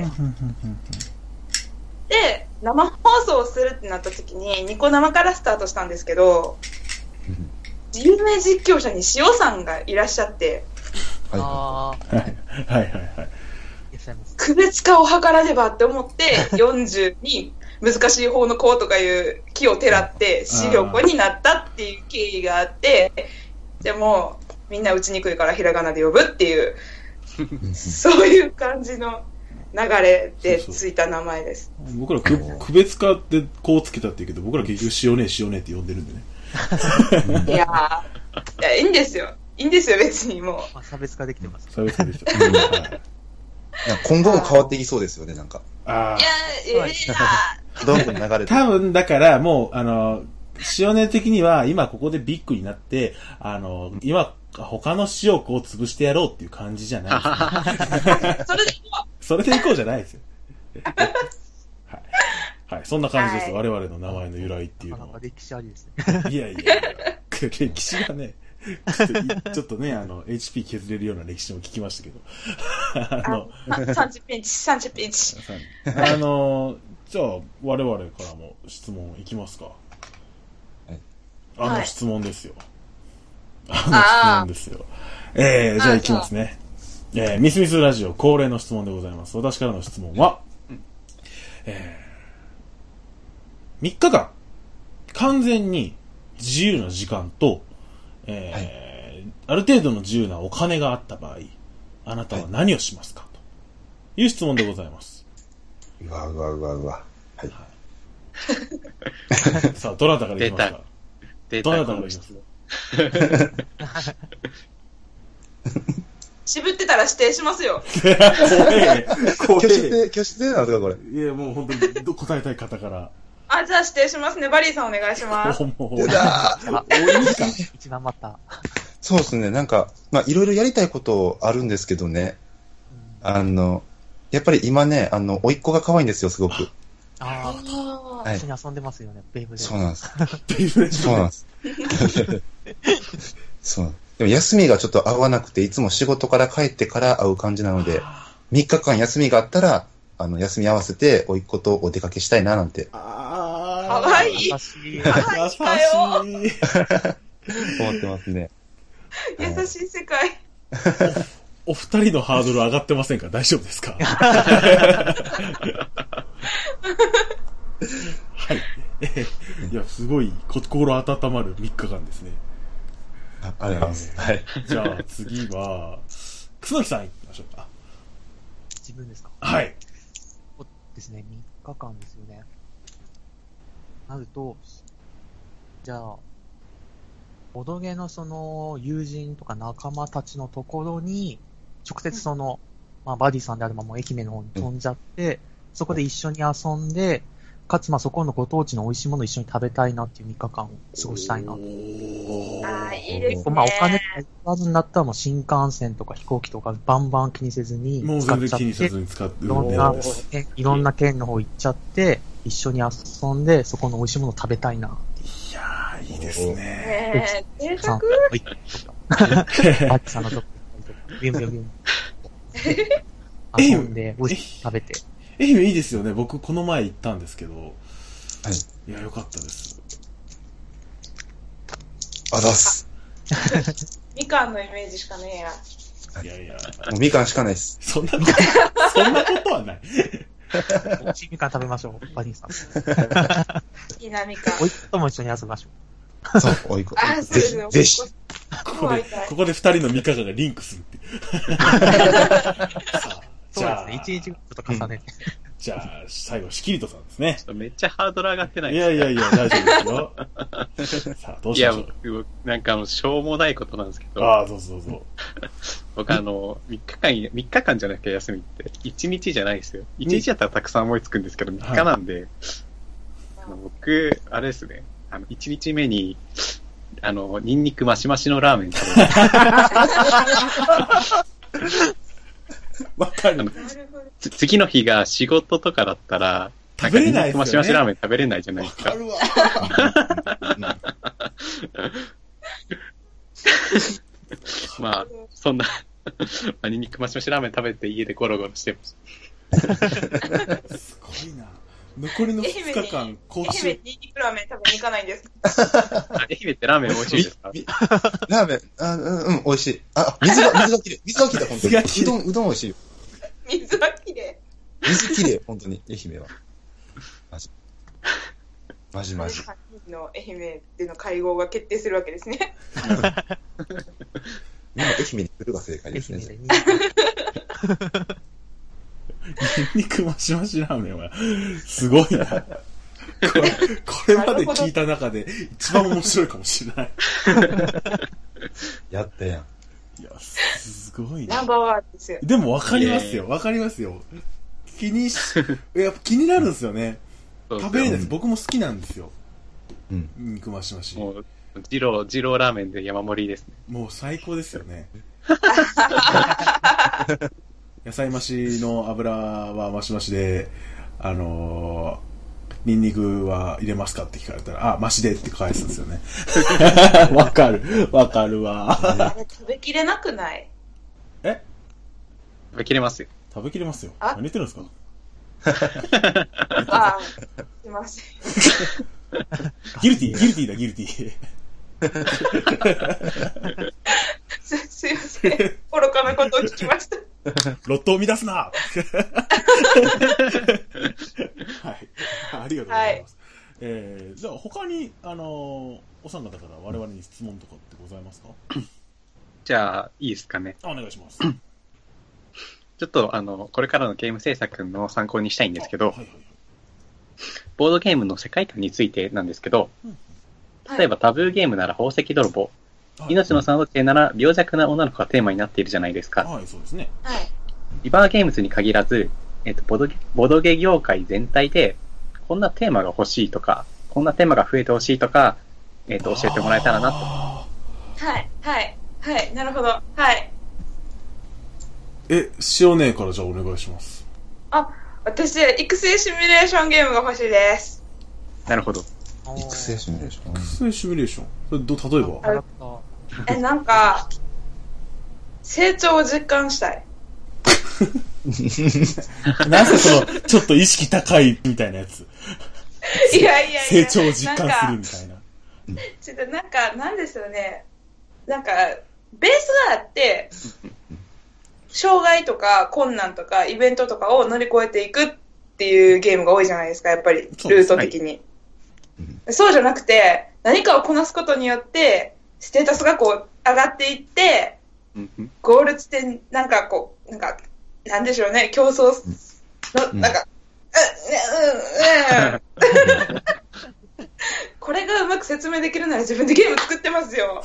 で、生放送をするってなった時に、ニコ生からスタートしたんですけど、有名実況者に塩さんがいらっしゃって、区別化を図らねばって思って、40に難しい方の子とかいう気をてらって資料子になったっていう経緯があって、でもみんなうちに来るからひらがなで呼ぶっていうそういう感じの流れでついた名前です。 そうそう僕ら区別化ってこうつけたって言うけど、僕ら結局塩ねって呼んでるんでね。 いやいいんですよ別にもう。 差別化できてます。 差別化できてます。はい、 今後も変わっていきそうですよね、なんか。どんどん流れて。 多分だからもう塩根的には今ここでビッグになって今他の塩子を潰してやろうっていう感じじゃないですそれでいこうじゃないですよ。はい。はい。そんな感じです。はい、我々の名前の由来っていうのは。 なんか歴史ありですね。 いや歴史がね、ちょっとね、HP 削れるような歴史も聞きましたけど。 30ペンチ。 じゃあ、我々からも質問いきますか。質問ですよ。質問ですよ。じゃあいきますね。ミスミスラジオ恒例の質問でございます。私からの質問は、3日間、完全に自由な時間と、ある程度の自由なお金があった場合、あなたは何をしますか、という質問でございます。 うわ。はい。 さあ、どなたからいきますか？どなたからいきますか？ 渋ってたら指定しますよ。 挙手制なんですか、これ。 いや、もう本当に答えたい方から。 じゃあ指定しますね。バリーさんお願いします。 一番また。 そうですね。なんか、いろいろやりたいことあるんですけどね。やっぱり今ね、甥っ子が可愛いんですよ、すごく。 一緒に遊んでますよね、ベイブレード。 そうなんです。ベイブレード。そうなんです。そう。でも休みがちょっと合わなくて、いつも仕事から帰ってから会う感じなので、3日間休みがあったら、休み合わせて、甥っ子とお出かけしたいな、なんて。 かわいい。 優しい。 かよ。 思ってますね。 優しい世界。 お二人のハードル上がってませんか？大丈夫ですか？はい。いや、すごい、心温まる3日間ですね。 ありがとうございます。はい。 じゃあ、次は、楠木さん行きましょうか。 自分ですか？ はい。 そうですね、3日間ですよね。なると、じゃあ、ボドゲのその、友人とか仲間たちのところに、直接その、バディさんであればもう愛媛の方に飛んじゃって、そこで一緒に遊んで、かつそこのご当地の美味しいものを一緒に食べたいなっていう3日間を過ごしたいなと。 いいですね。 お金があるんだったらもう新幹線とか飛行機とかバンバン気にせずに使っちゃって、もう全然気にせずに使って、 いろんな県の方行っちゃって、一緒に遊んで、そこの美味しいものを食べたいな。 いやー、いいですね。 贅沢。 バッチさんのとこビュンビュンビュン。遊んで、美味しく食べて。 愛媛いいですよね。僕この前行ったんですけど。はい。いや、よかったです。 あざっす。 みかんのイメージしかねえや。いやいや。 もうみかんしかないです。 そんなことはない。 美味しいみかん食べましょう、バニーさん。いいな、みかん。 おいっ子とも一緒に遊びましょう。そう、おいっ子。ぜひ。 ここで二人のみかんがリンクするっていう。 そうですね。一日ちょっと重ねて。 じゃあ、最後、しきりとさんですね。 めっちゃハードル上がってないですか？いや、大丈夫ですよ。さあ、どうしましょう。 いや、なんかしょうもないことなんですけど。 どうぞ。 僕3日間じゃなきゃ休みって、1日じゃないですよ。1日だったらたくさん思いつくんですけど、3日なんで、僕、あれですね、1日目に、ニンニクマシマシのラーメン食べる。 わかる。 次の日が仕事とかだったら、 食べれないですよね。 ニンニクマシマシラーメン食べれないじゃないですか。わかるわ。そんな、ニンニクマシマシラーメン食べて家でゴロゴロしてます。 すごいな。残りの2日間、 愛媛ニンニクラーメン食べに行かないんですか？ 愛媛ってラーメン美味しいですか？ ラーメン、美味しい。水がきれい。水がきれい、本当に。うどん美味しいよ。 水がきれい。 水きれい、本当に、愛媛は。マジ。 マジマジ。 3人の愛媛での会合が決定するわけですね。 今、愛媛に来るが正解ですね。 ニンニクマシマシラーメンは、すごいな。これまで聞いた中で一番面白いかもしれない。 やったやん。 いや、すごいな。 ナンバーワンですよ。 でもわかりますよ、わかりますよ。やっぱ気になるんですよね。食べれないです。僕も好きなんですよ。 うん。 肉マシマシ。 もう、二郎ラーメンで山盛りですね。 もう最高ですよね。野菜増しの油は増し増しで、ニンニクは入れますかって聞かれたら、あ、増しでって返すんですよね。わかるわ。 食べきれなくない？ 食べきれますよ。 食べきれますよ。何言ってるんですか？ あ、すいません。 ギルティー。 すいません。愚かなことを聞きました。 ロットを乱すなはい。ありがとうございます。はい、じゃあ他に、お三方から我々に質問とかってございますか？ じゃあ、いいですかね。 お願いします。 ちょっと、これからのゲーム制作の参考にしたいんですけど、ボードゲームの世界観についてなんですけど、例えばタブーゲームなら宝石泥棒、命の三度形なら病弱な女の子がテーマになっているじゃないですか。 はい、そうですね。 はい。 リバーゲームズに限らず、ボドゲ業界全体で、こんなテーマが欲しいとか、こんなテーマが増えてほしいとか、教えてもらえたらなと。 はい、なるほど。はい。 塩姉からじゃあお願いします。 私、育成シミュレーションゲームが欲しいです。 なるほど。 育成シミュレーション。 育成シミュレーション。それ例えば？ なんか、成長を実感したい。 なぜその、ちょっと意識高いみたいなやつ。 いや。 成長を実感するみたいな。 ちょっとなんですよね。ベースがあって、障害とか困難とかイベントとかを乗り越えていくっていうゲームが多いじゃないですか、やっぱり、ルート的に。そうじゃなくて、何かをこなすことによって、ステータスがこう、上がっていって、ゴール地点、なんでしょうね、競争の、これがうまく説明できるなら自分でゲーム作ってますよ。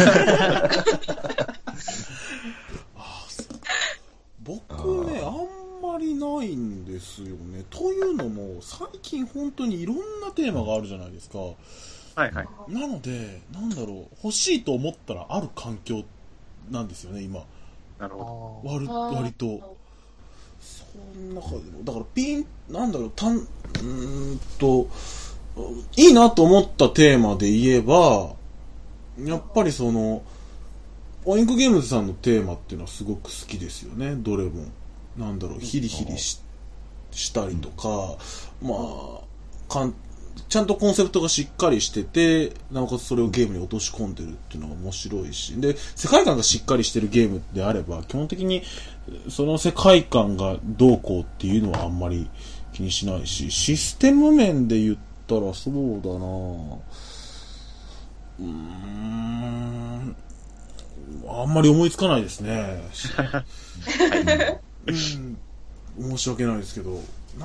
僕ね、あんまりないんですよね。というのも、最近本当にいろんなテーマがあるじゃないですか。 はいはい。 なので、欲しいと思ったらある環境なんですよね、今。 なるほど。割と。その中でも、だからいいなと思ったテーマで言えば、やっぱりオインクゲームズさんのテーマっていうのはすごく好きですよね、どれも。ヒリヒリしたりとか、ちゃんとコンセプトがしっかりしてて、なおかつそれをゲームに落とし込んでるっていうのが面白いし、で、世界観がしっかりしてるゲームであれば、基本的にその世界観がどうこうっていうのはあんまり気にしないし、システム面で言ったらそうだなあんまり思いつかないですね。申し訳ないですけど、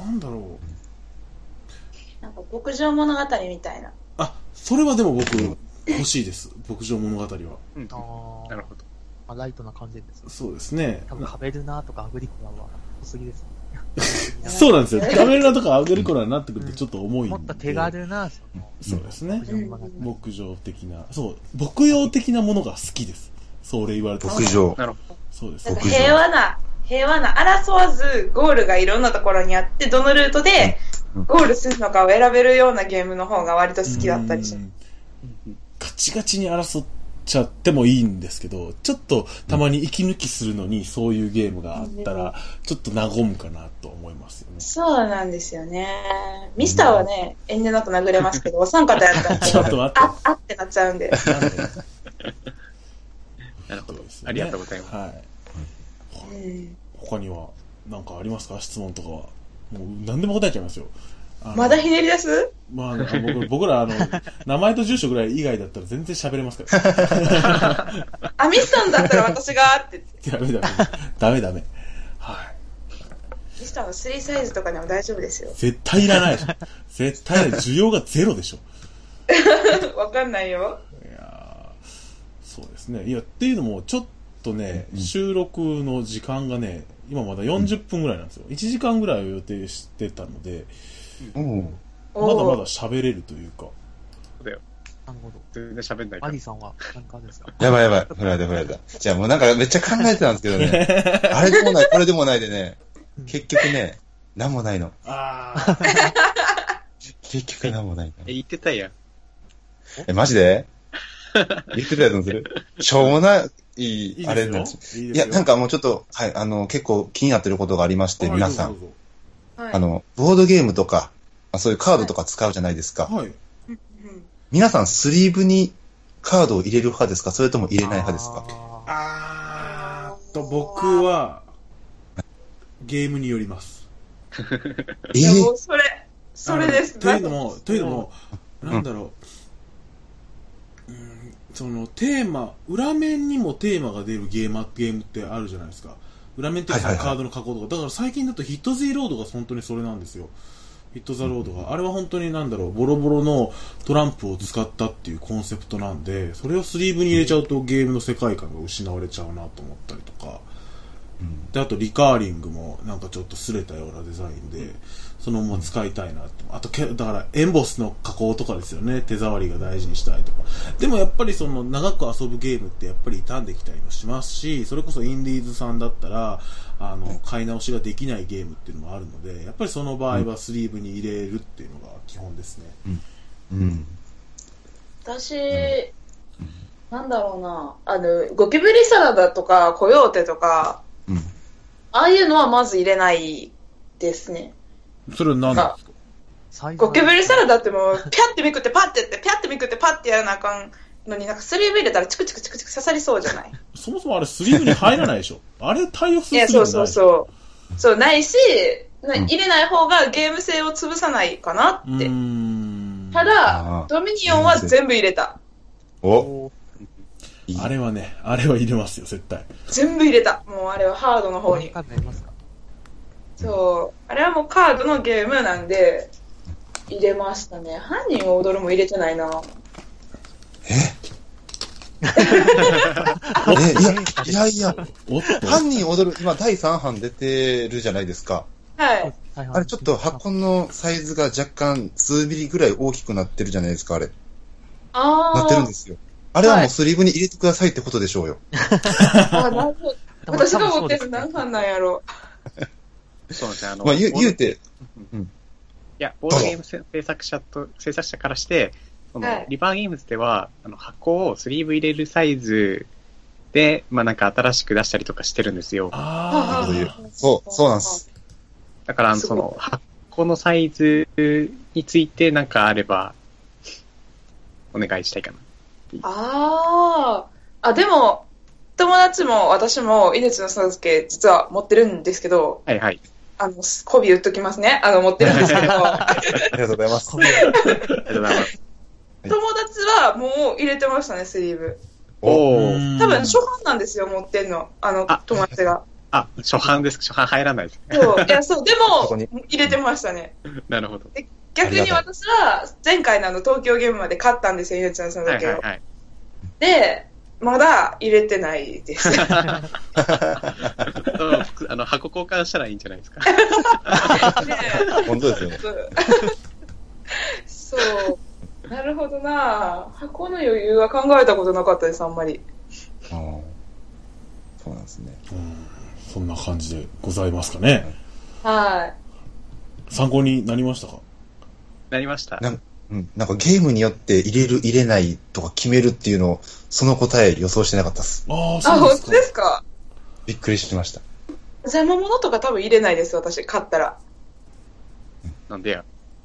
牧場物語みたいな。 それはでも僕欲しいです。牧場物語は。 なるほど。ライトな感じです。 そうですね。 多分カベルナとかアグリコラは濃すぎですね。 そうなんですよ。カベルナとかアグリコラになってくるとちょっと重いんで。 もっと手軽な、 そうですね。牧場的な、牧羊的なものが好きです。それ言われて。 牧場。 そうです。 平和な、争わずゴールがいろんなところにあって、どのルートでゴールするのかを選べるようなゲームの方が割と好きだったりします。 ガチガチに争っちゃってもいいんですけど、ちょっとたまに息抜きするのにそういうゲームがあったら、ちょっと和むかなと思いますよね。 そうなんですよね。ミスターはね、遠慮なく殴れますけど、お三方やったら、 ちょっと待って。 あってなっちゃうんで。 なるほど。ありがとうございます。 はい。他には何かありますか？質問とかは。もう何でも答えちゃいますよ。 まだひねり出す？ まあ、僕ら名前と住所ぐらい以外だったら全然喋れますから。 ミスターだったら私がって言って。ダメ。はい。 ミスターの3サイズとかでも大丈夫ですよ。 絶対いらないでしょ。絶対需要がゼロでしょ。 わかんないよ。 いやそうですね。いや、っていうのも、ちょっとね、収録の時間がね、今まだ40分ぐらいなんですよ。1時間ぐらいを予定してたので、まだまだ喋れるというか。 そうだよ。 なるほど。 全然喋んないから。 アリさんは何かですか？ やばい。振られた。じゃあもうなんかめっちゃ考えてたんですけどね。あれでもない、これでもないでね、結局ね、なんもないの。結局なんもないの。 言ってたやん。 マジで言ってたやつにする？しょうもないあれなんです。いや、なんかもうちょっと、はい、結構気になってることがありまして、皆さん。ボードゲームとか、そういうカードとか使うじゃないですか。はい。皆さん、スリーブにカードを入れる派ですか？それとも入れない派ですか？ 僕は、ゲームによります。 いや、もうそれです。 というのも、なんだろう。そのテーマ、裏面にもテーマが出るゲームってあるじゃないですか。裏面っていうかカードの加工とか。だから最近だとヒットザロードが本当にそれなんですよ。ヒットザロードが。あれは本当になんだろう、ボロボロのトランプを使ったっていうコンセプトなんで、それをスリーブに入れちゃうとゲームの世界観が失われちゃうなと思ったりとか。で、あとリカーリングもなんかちょっと擦れたようなデザインで、そのまま使いたいなと。あと、だからエンボスの加工とかですよね。手触りが大事にしたいとか。でもやっぱりその長く遊ぶゲームってやっぱり傷んできたりもしますし、それこそインディーズさんだったら、買い直しができないゲームっていうのもあるので、やっぱりその場合はスリーブに入れるっていうのが基本ですね。 私、なんだろうな、ゴキブリサラダとかコヨーテとか、ああいうのはまず入れないですね。 それは何ですか？ ゴキブリサラダってもう、ピャってめくってパッてやって、ピャってめくってパッてやらなあかんのに、なんかスリーブ入れたらチクチク刺さりそうじゃない？ そもそもあれスリーブに入らないでしょ。あれ対応するスリーブない。いや、 そう、ないし、入れない方がゲーム性を潰さないかなって。ただ、ドミニオンは全部入れた。 あれは入れますよ、絶対。 全部入れた。もうあれはハードの方に。そう。あれはもうカードのゲームなんで、入れましたね。犯人を踊るも入れてないな。 いや、犯人踊る、今第3版出てるじゃないですか。 はい。 あれちょっと箱のサイズが若干数ミリぐらい大きくなってるじゃないですか、あれ。なってるんですよ。あれはもうスリーブに入れてくださいってことでしょうよ。 なるほど。私が持ってる何版なんやろ。 そうですね、 まあ、言うて、 いや、ボードゲーム制作者からして、リバーゲームズでは、箱をスリーブ入れるサイズで、まあなんか新しく出したりとかしてるんですよ。 そうなんです。 だから、その、箱のサイズについてなんかあれば、お願いしたいかな。 でも、友達も私も、イネツのサスケ実は持ってるんですけど、 はいはい。 媚び打っときますね。持ってるんですけど。 ありがとうございます。 ありがとうございます。 友達はもう入れてましたね、スリーブ。 多分初版なんですよ、持ってんの。友達が。 初版です。初版入らないです。 そう、でも、入れてましたね。 なるほど。 逆に私は、前回の東京ゲームまで買ったんですよ、イネツのサスケを。で、まだ入れてないです。 箱交換したらいいんじゃないですか。 本当ですよね。 そう。なるほどな。箱の余裕は考えたことなかったです、あんまり。 そうなんですね。 そんな感じでございますかね。 はい。 参考になりましたか？ なりました。 なんかゲームによって入れる入れないとか決めるっていうのをその答え予想してなかったです。 本当ですか？ びっくりしました。 邪魔物とか多分入れないです、私買ったら。 なんでや？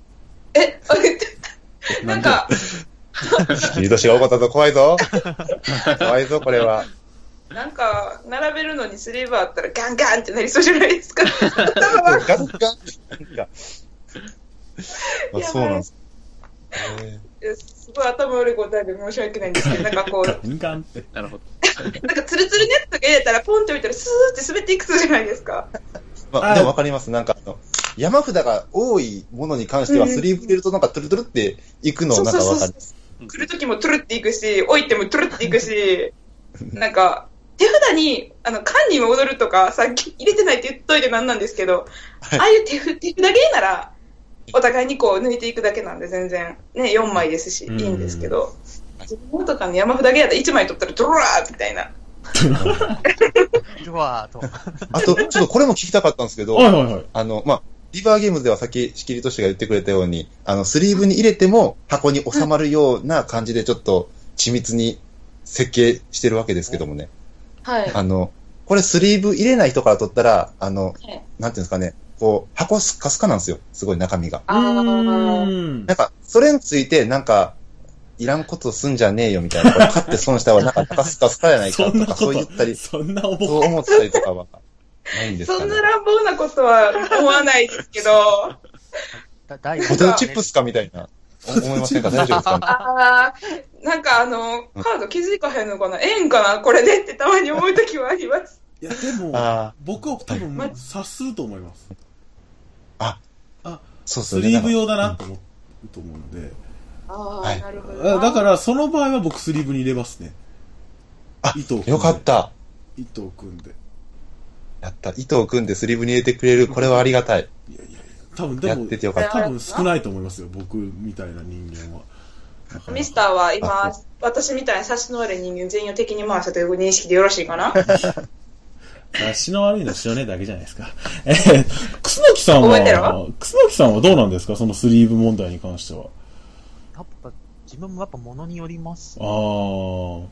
なんか言い出しが多かったぞ、怖いぞ。怖いぞ、これは。 なんか並べるのにスリーブあったらガンガンってなりそうじゃないですか。 ガンガン。 あ、そうなんです。 すごい頭悪い答えで申し訳ないんですけど、なんかこう。 なるほど。 なんかツルツルネットとか入れたらポンって置いたらスーって滑っていくじゃないですか。 まあ、でもわかります。なんか山札が多いものに関しては、スリーブ入れるとなんかトゥルトゥルっていくのなんかわかります。 来るときもトゥルっていくし、置いてもトゥルっていくし、なんか、手札に、缶に戻るとか、さっき入れてないって言っといてなんなんですけど、ああいう手札ゲーなら、お互いにこう抜いていくだけなんで全然、ね、4枚ですし、いいんですけど、自分とかの山札ゲーやったら1枚取ったらドラーみたいな。 ドラーと。 あと、ちょっとこれも聞きたかったんですけど、まあ、リバーゲームズではさっき仕切りとしてが言ってくれたように、スリーブに入れても箱に収まるような感じでちょっと緻密に設計してるわけですけどもね。 はい。 これスリーブ入れない人から取ったら、なんていうんですかね、こう、箱スカスカなんですよ。すごい中身が。なんか、それについて、なんか、いらんことすんじゃねえよみたいな。これ勝って損したはなんか中スカスカやないかとか、そう言ったり、そう思ったりとかはないんですかね。 そんな乱暴なことは思わないですけど。 ポテトチップスかみたいな。思いませんか？大丈夫ですか？ なんかカード気づかへんのかな？ええんかなこれでってたまに思うときはあります。 いや、でも、僕は多分察すると思います。 そうスリーブ用だなと思うと思うので。 なるほど。 だから、その場合は僕スリーブに入れますね。 糸を組んで。よかった。 糸を組んで。 やった。糸を組んでスリーブに入れてくれる。これはありがたい。 いや、多分でも、 やっててよかった。 多分少ないと思いますよ。僕みたいな人間は。 ミスターは今、私みたいな察しの悪い人間全員を敵に回したという認識でよろしいかな？ 察しの悪いの知らねえだけじゃないですか。楠木さんはどうなんですか？そのスリーブ問題に関しては。 やっぱ、自分もやっぱ物によります、ね。と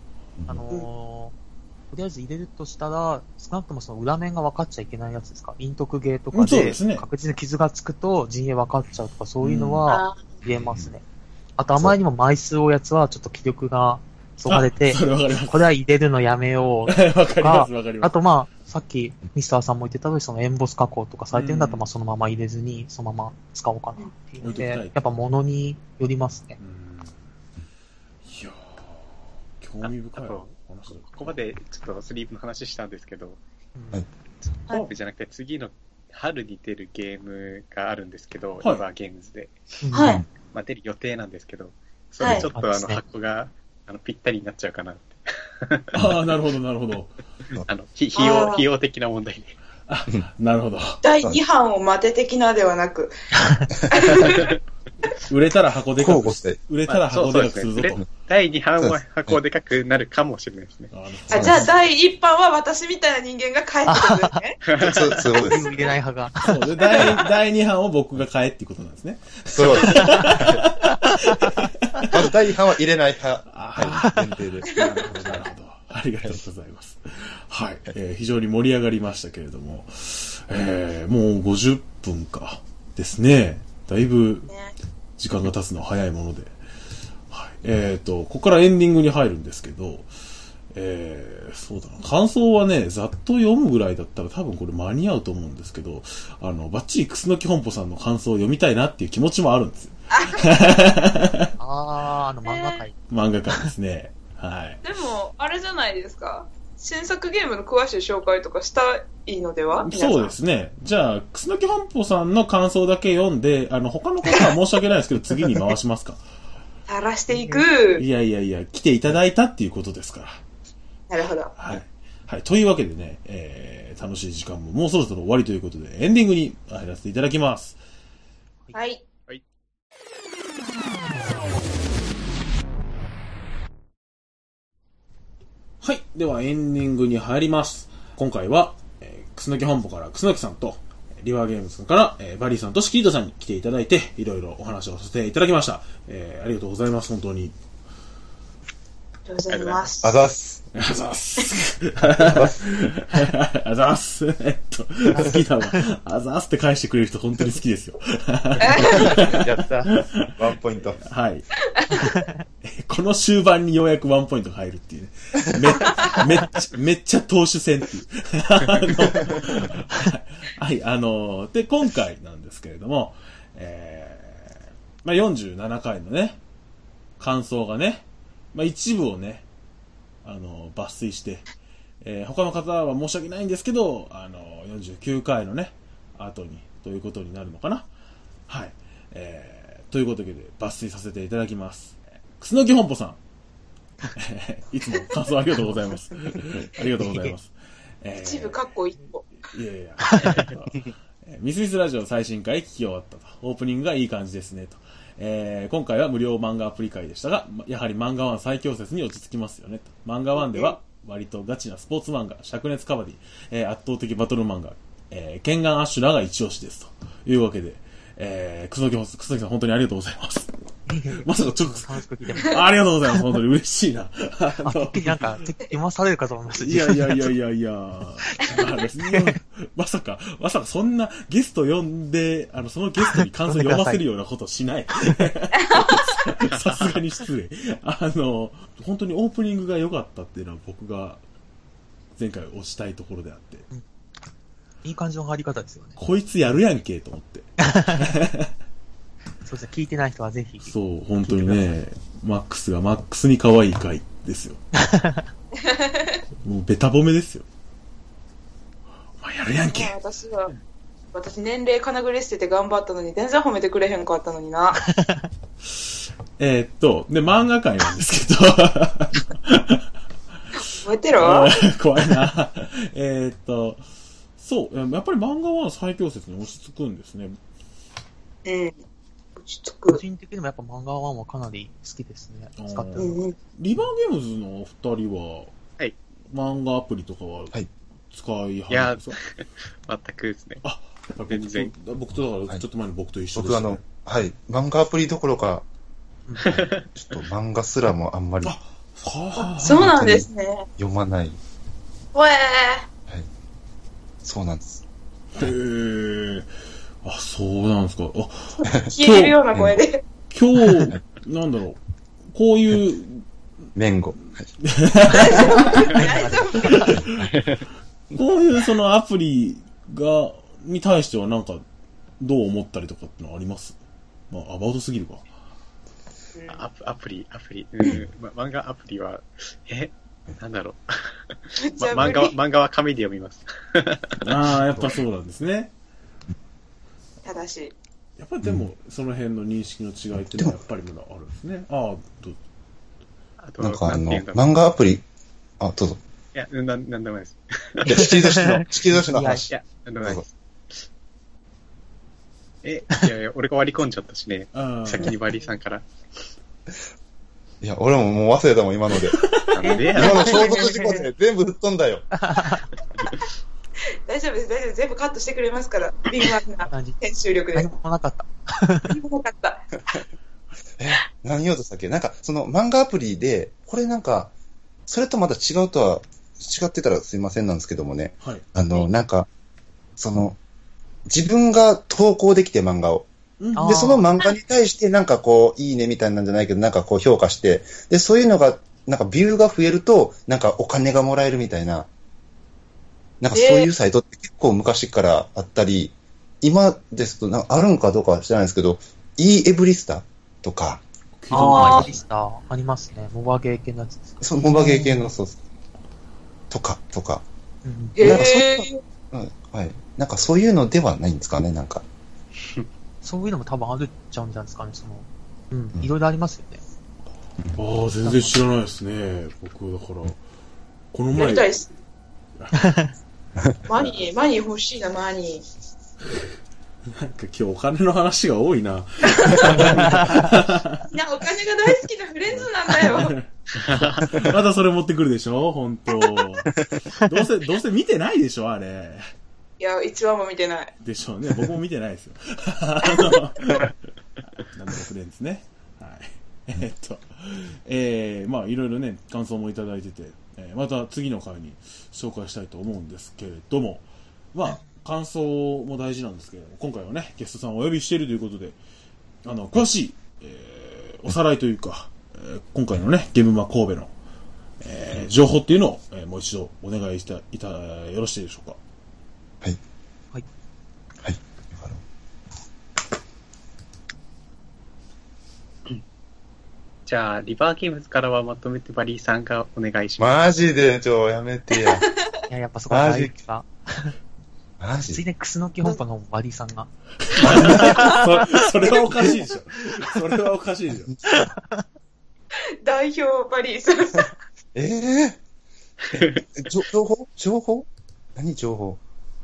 りあえず入れるとしたら、少なくともその裏面が分かっちゃいけないやつですか？陰徳ゲーとかで、確実に傷がつくと陣営分かっちゃうとか、そういうのは入れますね。あと、あまりにも枚数多いやつは、ちょっと気力がそがれて、これは入れるのやめようとか、あとまあ、さっきミスターさんも言ってた通り、そのエンボス加工とかされてるんだったら、まあそのまま入れずに、そのまま使おうかなっていうので、やっぱ物によりますね。 いやー、興味深い。 ここまでちょっとスリーブの話したんですけど、ホープじゃなくて次の春に出るゲームがあるんですけど、リバーゲームズで。 はい。 まあ出る予定なんですけど、それちょっと箱がぴったりになっちゃうかなって。 なるほど、なるほど。 費用的な問題で。 なるほど。 第2版を待て的なではなく。 売れたら箱でかくして。売れたら箱でかくするぞと。 第2版は箱でかくなるかもしれないですね。 じゃあ第1版は私みたいな人間が帰ってくるね。 そうです。 入れない派が。 そうで、第2版を僕が買えっていうことなんですね。 そうです。まず第2版は入れない派。前提で。 なるほど、なるほど。ありがとうございます。はい。非常に盛り上がりましたけれども、もう50分かですね。だいぶ時間が経つのは早いもので。はい。ここからエンディングに入るんですけど、そうだな。感想はね、ざっと読むぐらいだったら多分これ間に合うと思うんですけど、バッチリクスノキ本舗さんの感想を読みたいなっていう気持ちもあるんですよ。 漫画界。 漫画界ですね。はい。 でも、あれじゃないですか。新作ゲームの詳しい紹介とかしたいのでは？ そうですね。じゃあ、クスノキ本舗さんの感想だけ読んで、他の方は申し訳ないですけど、次に回しますか。 垂らしていく。 いや、来ていただいたっていうことですから。 なるほど。 はい。はい。というわけでね、楽しい時間ももうそろそろ終わりということで、エンディングに入らせていただきます。 はい。 はい。ではエンディングに入ります。今回は、クスノキ本舗からクスノキさんと、リバーゲームズから、バリーさんとシキリトさんに来ていただいて、いろいろお話をさせていただきました。ありがとうございます、本当に。 ありがとうございます。 あざっす。 あざっす。あざっす。好きだわ。あざっすって返してくれる人本当に好きですよ。 やった。ワンポイント。 はい。この終盤にようやくワンポイントが入るっていうね。めっちゃ投手戦っていう。はい。で、今回なんですけれども、 まあ、47回のね、感想がね、まあ、一部をね、抜粋して、他の方は申し訳ないんですけど、49回のね、後に、ということになるのかな。はい。ということで、抜粋させていただきます。くすのき本舗さん。いつも感想ありがとうございます。ありがとうございます。 一部かっこ一個。 いやいや。ミスミスラジオ最新回聞き終わったと。オープニングがいい感じですねと。今回は無料漫画アプリ会でしたが、やはり漫画1最強説に落ち着きますよねと。漫画1では割とガチなスポーツ漫画、灼熱カバディ、圧倒的バトル漫画、ケンガンアッシュラが一押しですというわけで、くすのきさん本当にありがとうございます。まさかちょっと、ありがとうございます。本当に嬉しいな。 なんか、読まされるかと思いました。 いや、まさかそんなゲスト呼んで、そのゲストに感想読ませるようなことしない。さすがに失礼。本当にオープニングが良かったっていうのは僕が前回推したいところであって。 いい感じの入り方ですよね。 こいつやるやんけ、と思って。 そうですね、聞いてない人はぜひ。 そう、本当にね、マックスがマックスに可愛い回ですよ。もうベタ褒めですよ。お前やるやんけ。 私年齢かなぐれ捨てて頑張ったのに全然褒めてくれへんかったのにな。 で、漫画界なんですけど。 覚えてろ怖いな。そう、やっぱり漫画は最強説に落ち着くんですね。 落ち着く。 個人的にもやっぱ漫画1はかなり好きですね。使ってる。 リバーゲームズのお二人は、 はい、 漫画アプリとかは使い派ですか？いや、全くですね。 あ、全然。僕とだから、ちょっと前に僕と一緒です、ね。僕漫画アプリどころか、ちょっと漫画すらもあんまり。 そうなんですね。 読まない。 はい。 そうなんです。 あ、そうなんですか。 消えるような声で。 今日、なんだろう。こういう。 麺語。 こういうそのアプリに対してはなんか、どう思ったりとかってのあります？まあ、アバウトすぎるか。 アプリ。漫画アプリは、なんだろう。漫画は紙で読みます。 ああ、やっぱそうなんですね。 正しい。 やっぱりでも、その辺の認識の違いっていうのはやっぱりまだあるんですね。 なんか漫画アプリ、どうぞ。 いや、なんでもないです。 いや、式年の話。 いや、なんでもないです。いや、俺が割り込んじゃったしね。先にバリーさんから。 いや、俺ももう忘れたもん、今ので。 なんでや今の衝突事故で全部吹っ飛んだよ。 大丈夫です。全部カットしてくれますから。敏腕な編集力で。 何もなかった。 何言おうとしたっけ？なんか、その漫画アプリで、これなんか、それとまた違ってたらすいませんなんですけどもね。 はい。 なんか、自分が投稿できて漫画を。で、その漫画に対してなんかこう、いいねみたいなんじゃないけど、なんかこう評価して、で、そういうのが、なんかビューが増えると、なんかお金がもらえるみたいな、なんかそういうサイトって結構昔からあったり、今ですとなんかあるんかどうかは知らないですけど、e エブリスタとか。 エブリスタありますね。モバゲー系のやつです。 そう、モバゲー系の、そう。とか。なんかはい。なんかそういうのではないんですかね、なんか。 そういうのも多分あるっちゃうんじゃないですかね、いろいろありますよね。 ああ、全然知らないですね。僕、だから、この前。 やりたいっす。マニー欲しいな、マニー。 なんか今日お金の話が多いな。 お金が大好きなフレンズなんだよ。 またそれ持ってくるでしょ本当。どうせ見てないでしょあれ。 いや、一話も見てない。 でしょうね。僕も見てないですよ。なんだろフレンズね。はい。まあいろいろね、感想もいただいてて、また次の回に紹介したいと思うんですけれども、まあ、感想も大事なんですけれども、今回はね、ゲストさんをお呼びしているということで、詳しい、おさらいというか、今回のね、ゲームマ神戸の、情報っていうのを、もう一度お願いよろしいでしょうか。 はい。 じゃあ、リバーゲームズからはまとめてバリーさんがお願いします。 マジで、やめてや。 いや、やっぱそこは大事か。 マジついでクスノキ本舗のバリーさんが。 それはおかしいでしょ。それはおかしいでしょ。 代表バリーさん。 情報何情報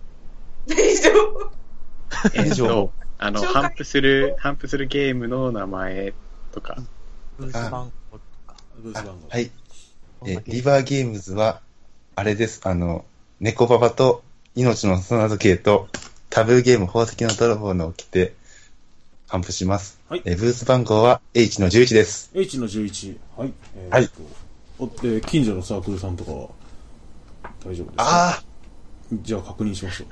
ハンプするゲームの名前とか。 ブース番号とか。 はい。リバーゲームズは、あれです。猫ババと命の砂時計とタブーゲーム宝石の泥棒の起きて、頒布します。はい。ブース番号は H の11です。 H の11。はい。 はい。 近所のサークルさんとかは大丈夫ですか？ ああ。 じゃあ確認しましょう。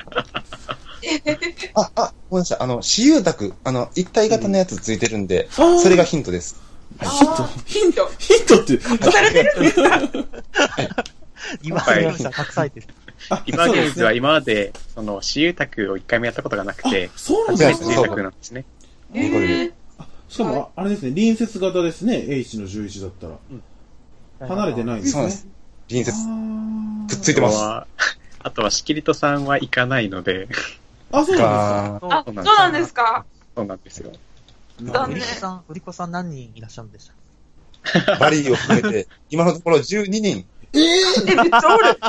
ごめんなさい。私有宅、一体型のやつついてるんで、それがヒントです。 ヒントって、 されてるんですか？はい。 今、隠されてる。 リバーゲームズは今まで、私有宅を一回もやったことがなくて、 そうなんですね。私有宅なんですね。 しかも、あれですね、隣接型ですね、H の11だったら。離れてないんですね。 そうです。隣接。くっついてます。 あとは、しきりとさんは行かないので。 そうなんですか。 そうなんですか。 そうなんですよ。 売り子さん何人いらっしゃるんでしたバリーを含めて、今のところ12人。 めっちゃおる。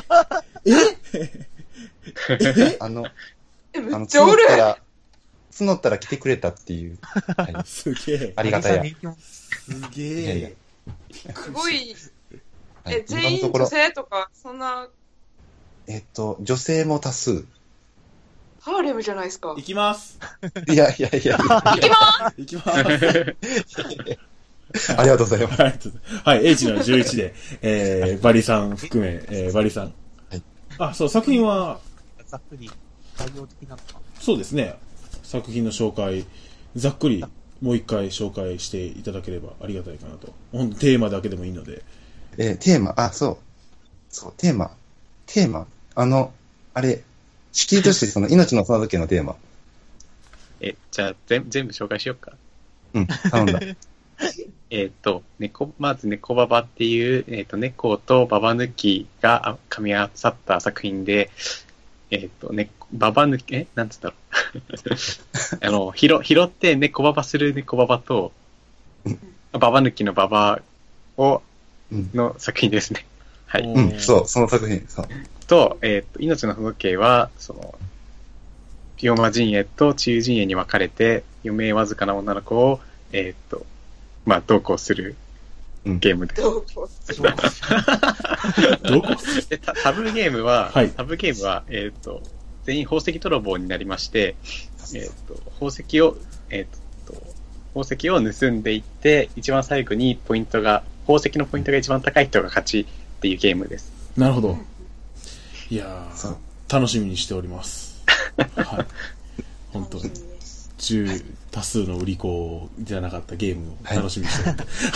めっちゃおる。募ったら来てくれたっていう。 すげえ。 ありがたや。 すげえ。 すごい。全員女性とか、そんな。 女性も多数。 ハーレムじゃないですか。 行きます。 いや。 行きます行きます。 ありがとうございます。 はい、H の11で、バリさん含め、バリさん。はい。そう、作品は、 ざっくり、概要的なのか。 そうですね。作品の紹介、ざっくり、もう一回紹介していただければありがたいかなと。テーマだけでもいいので。 テーマ、そう、テーマ。あれ、仕切りとしてその命の砂時計のテーマ。 じゃあ、全部紹介しようか。 うん、頼んだ。 まず猫ババっていう、猫とババ抜きが噛み合わさった作品で、ババ抜き、なんつったろう。拾って猫ババする猫ババと、ババ抜きのババの作品ですね。はい。 その作品。 と、命の砂時計は、ピオマ陣営と治癒陣営に分かれて、余命わずかな女の子を、同行するゲームです。タブーゲームは、全員宝石泥棒になりまして、宝石を盗んでいって、一番最後に宝石のポイントが一番高い人が勝ちっていうゲームです。 なるほど。いやー、楽しみにしております。はい。本当に。多数の売り子じゃなかったゲームを楽しみにして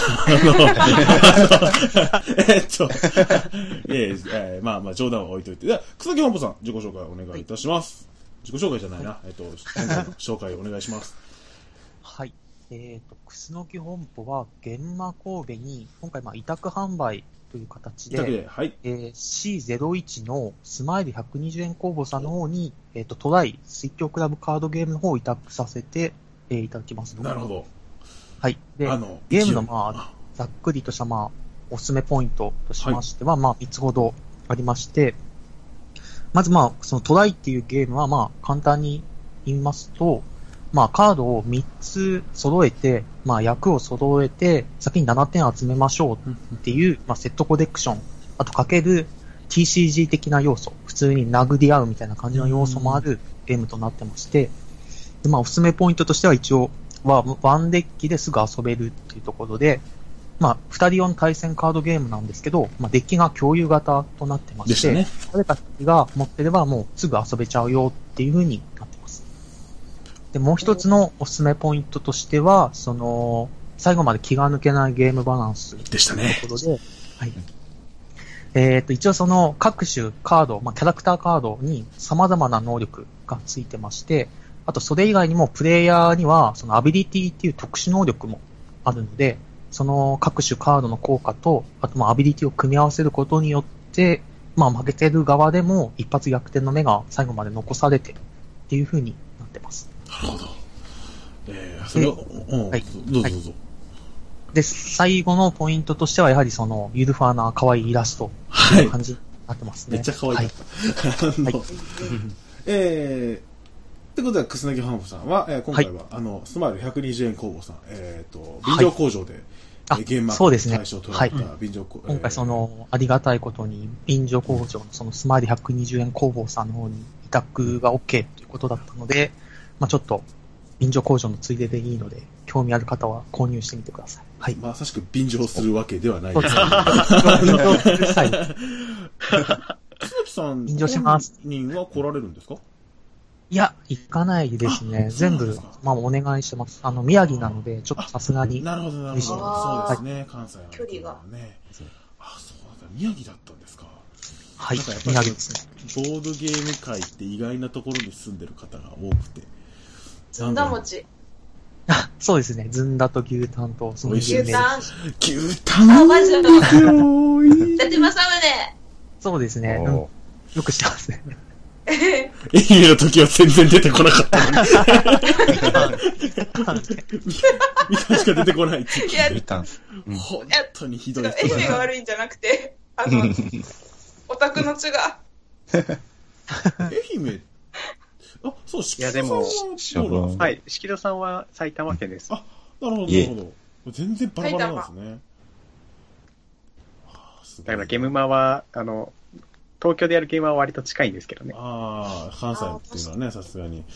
おります。冗談は置いといて。では、草木本舗さん、自己紹介お願いいたします。自己紹介じゃないな。紹介お願いします。 はい。クスノキ本舗は、現場神戸に、今回、委託販売という形で、 はい。 C01 のスマイル120円工房さんの方に、トライ、水郷クラブカードゲームの方を委託させて、いただきます。 なるほど。 はい。で、ゲームのざっくりとしたおすすめポイントとしましては、3つほどありまして、まずそのトライっていうゲームは簡単に言いますと、カードを3つ揃えて、役を揃えて、先に7点集めましょうっていう、セットコレクション、あとかける TCG 的な要素、普通に殴り合うみたいな感じの要素もあるゲームとなってまして、でおすすめポイントとしては一応、ワンデッキですぐ遊べるっていうところで、2人用の対戦カードゲームなんですけど、デッキが共有型となってまして、誰か1人が持ってればもうすぐ遊べちゃうよっていう風になってます。で、もう一つのおすすめポイントとしては、最後まで気が抜けないゲームバランスでしたね。 ということで、はい。一応各種カード、キャラクターカードに様々な能力がついてまして、あとそれ以外にもプレイヤーにはアビリティっていう特殊能力もあるので、 その各種カードの効果と、あとアビリティを組み合わせることによって、負けてる側でも一発逆転の目が最後まで残されてっていう風になってます。 なるほど。それを、はい、どうぞどうぞ。 で、最後のポイントとしては、やはりゆるふわな可愛いイラストという感じになってますね。 めっちゃ可愛い。はい。ってことは、くすなぎハンボさんは、今回は、スマイル120円工房さん、便乗工場で、現場の対象を取られた便乗工場。 今回ありがたいことに、便乗工場のスマイル120円工房さんの方に委託が OK ということだったので、ちょっと、便乗工場のついででいいので、興味ある方は購入してみてください。はい。 まさしく便乗するわけではないですけど。楠木さん、 便乗します。 本人は来られるんですか？ いや、行かないですね。全部、お願いしてます。宮城なので、ちょっとさすがに。 なるほど、なるほど。そうですね、関西は。 距離が。 ね。そうだ、宮城だったんですか。 はい、宮城ですね。 ボードゲーム界って意外なところに住んでる方が多くて。 ずんだ餅。 そうですね。ずんだと牛タンと、 牛タン。 牛タン。 マジで。だってまさむね。 そうですね。よくしてますね。 愛媛の時は全然出てこなかったのに。みかんしか出てこない。 いや、 本当にひどい。 愛媛が悪いんじゃなくて、オタクの血が。 愛媛、そう、 いやでも、はい、しきどさんは埼玉県です。 あ、なるほど、なるほど。全然バラバラなんですね。 だからゲムマは、東京でやるゲームは割と近いんですけどね。 関西っていうのはね、さすがに。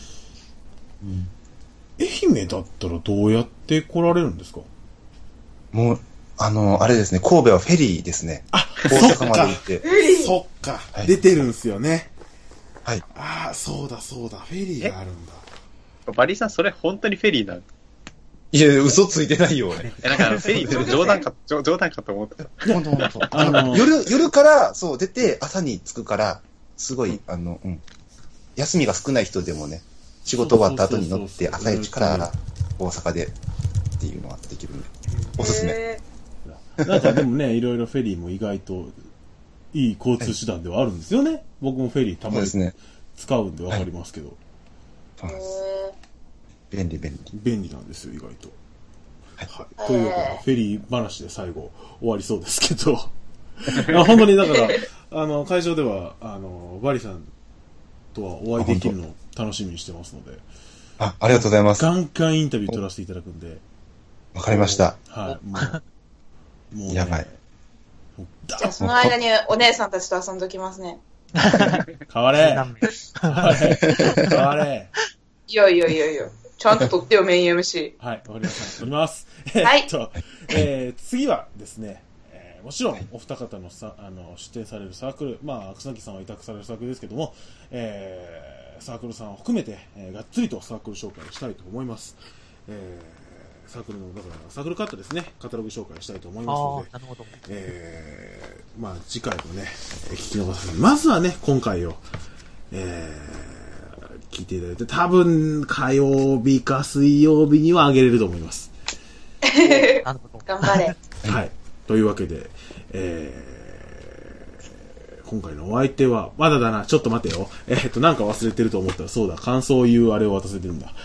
愛媛だったらどうやって来られるんですか？ もう、あれですね、神戸はフェリーですね。大阪まで行って。 そっか、出てるんすよね。 はい。 そうだ、フェリーがあるんだ。 バリーさん、それ本当にフェリーなの？ いや、嘘ついてないよ、俺。 なんか、フェリー、冗談かと思ってた。 ほんと。夜から、出て、朝に着くから、すごい、休みが少ない人でもね、仕事終わった後に乗って、朝一から大阪でっていうのができるんで、おすすめ。 なんかでもね、いろいろフェリーも意外と、いい交通手段ではあるんですよね。僕もフェリーたまに使うんでわかりますけど。 便利。 便利なんですよ、意外と。はい。というわけで、フェリー話で最後終わりそうですけど。本当にだから、会場では、バリさんとはお会いできるのを楽しみにしてますので。 ありがとうございます。 ガンガンインタビュー取らせていただくんで。 わかりました。 はい。もう、 やばい。 じゃあその間にお姉さんたちと遊んどきますね。 変われ。 いや。ちゃんと撮ってよ、メイン MC。 はい、わかりました。撮ります。 はい。 次はですね、もちろん、お二方の出展されるサークル、草木さんは委託されるサークルですけども、サークルさんを含めて、がっつりとサークル紹介をしたいと思います。サークルの、だから、サークルカットですね、カタログ紹介をしたいと思いますので、 なるほど。 次回もね、聞き逃さずに、まずはね、今回を、聞いていただいて、多分、火曜日か水曜日には上げれると思います。 頑張れ。 はい。というわけで、今回のお相手は、まだだな、ちょっと待てよ。なんか忘れてると思ったら、そうだ、感想を言うあれを渡せてるんだ。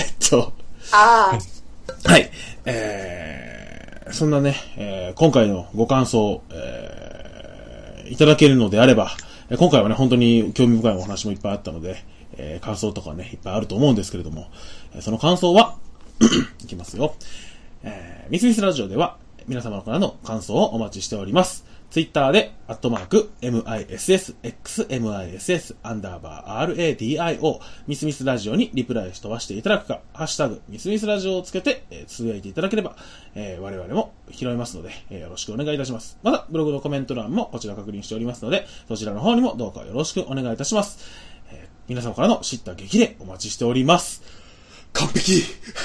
はい。そんなね、今回のご感想、いただけるのであれば、今回はね、本当に興味深いお話もいっぱいあったので、感想とかね、いっぱいあると思うんですけれども、その感想は、いきますよ。ミスミスラジオでは、皆様からの感想をお待ちしております。ツイッターで、@MISSXMISS_RADIO、ミスミスラジオにリプライ飛ばしていただくか、ハッシュタグ、ミスミスラジオをつけて、つぶやいていただければ、我々も拾いますので、よろしくお願いいたします。また、ブログのコメント欄もこちら確認しておりますので、そちらの方にもどうかよろしくお願いいたします。皆様からの知った激励お待ちしております。完璧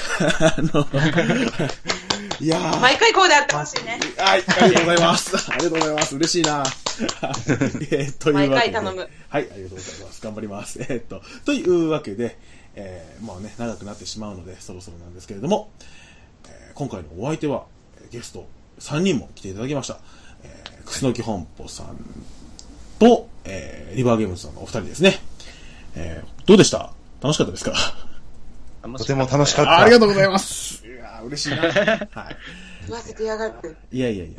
いやー。 毎回こうであってほしいね。 はい、ありがとうございます。ありがとうございます。嬉しいなというわけで。 毎回頼む。 はい、ありがとうございます。頑張ります。というわけで、長くなってしまうので、そろそろなんですけれども、今回のお相手は、 ゲスト3人も来ていただきました。くすのき本舗さんと、リバーゲームズさんのお二人ですね。どうでした？楽しかったですか？ とても楽しかった。 ありがとうございます。いや嬉しいな。はい。 言わせてやがって。 いや。危ない。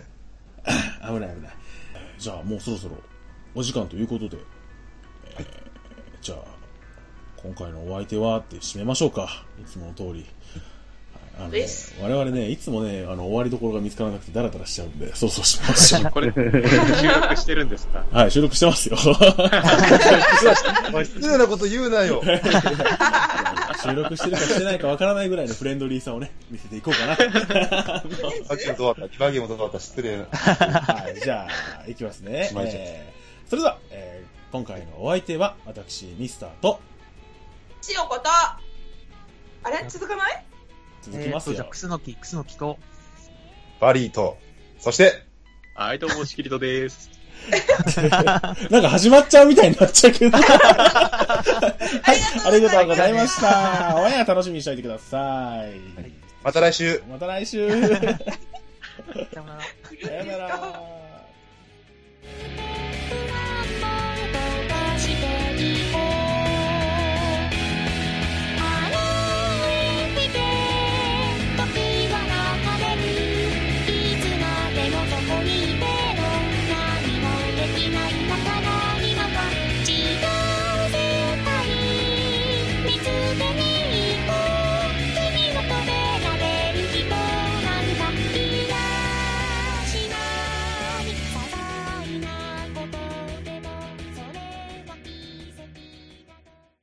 じゃあもうそろそろお時間ということで、じゃあ今回のお相手はって締めましょうか。いつもの通り。我々ね、いつもね、終わりどころが見つからなくてダラダラしちゃうんで、そうしましょう。 これ、収録してるんですか？ はい、収録してますよ。 失礼なこと言うなよ。 収録してるかしてないかわからないぐらいのフレンドリーさをね、見せていこうかな。さっきもどうだった？リバーゲームどうだった？失礼。 はい、じゃあ、いきますね。それでは、今回のお相手は、私、ミスターと、 しおこと、あれ続かない？ 続きますよ。 じゃあ、くすのきと、 バリーと、そして、 はい、どうも、しきりとです。 なんか始まっちゃうみたいになっちゃうけど。はい、ありがとうございました。オンエア楽しみにしておいてください。 また来週。 また来週。 さよなら。 さよなら。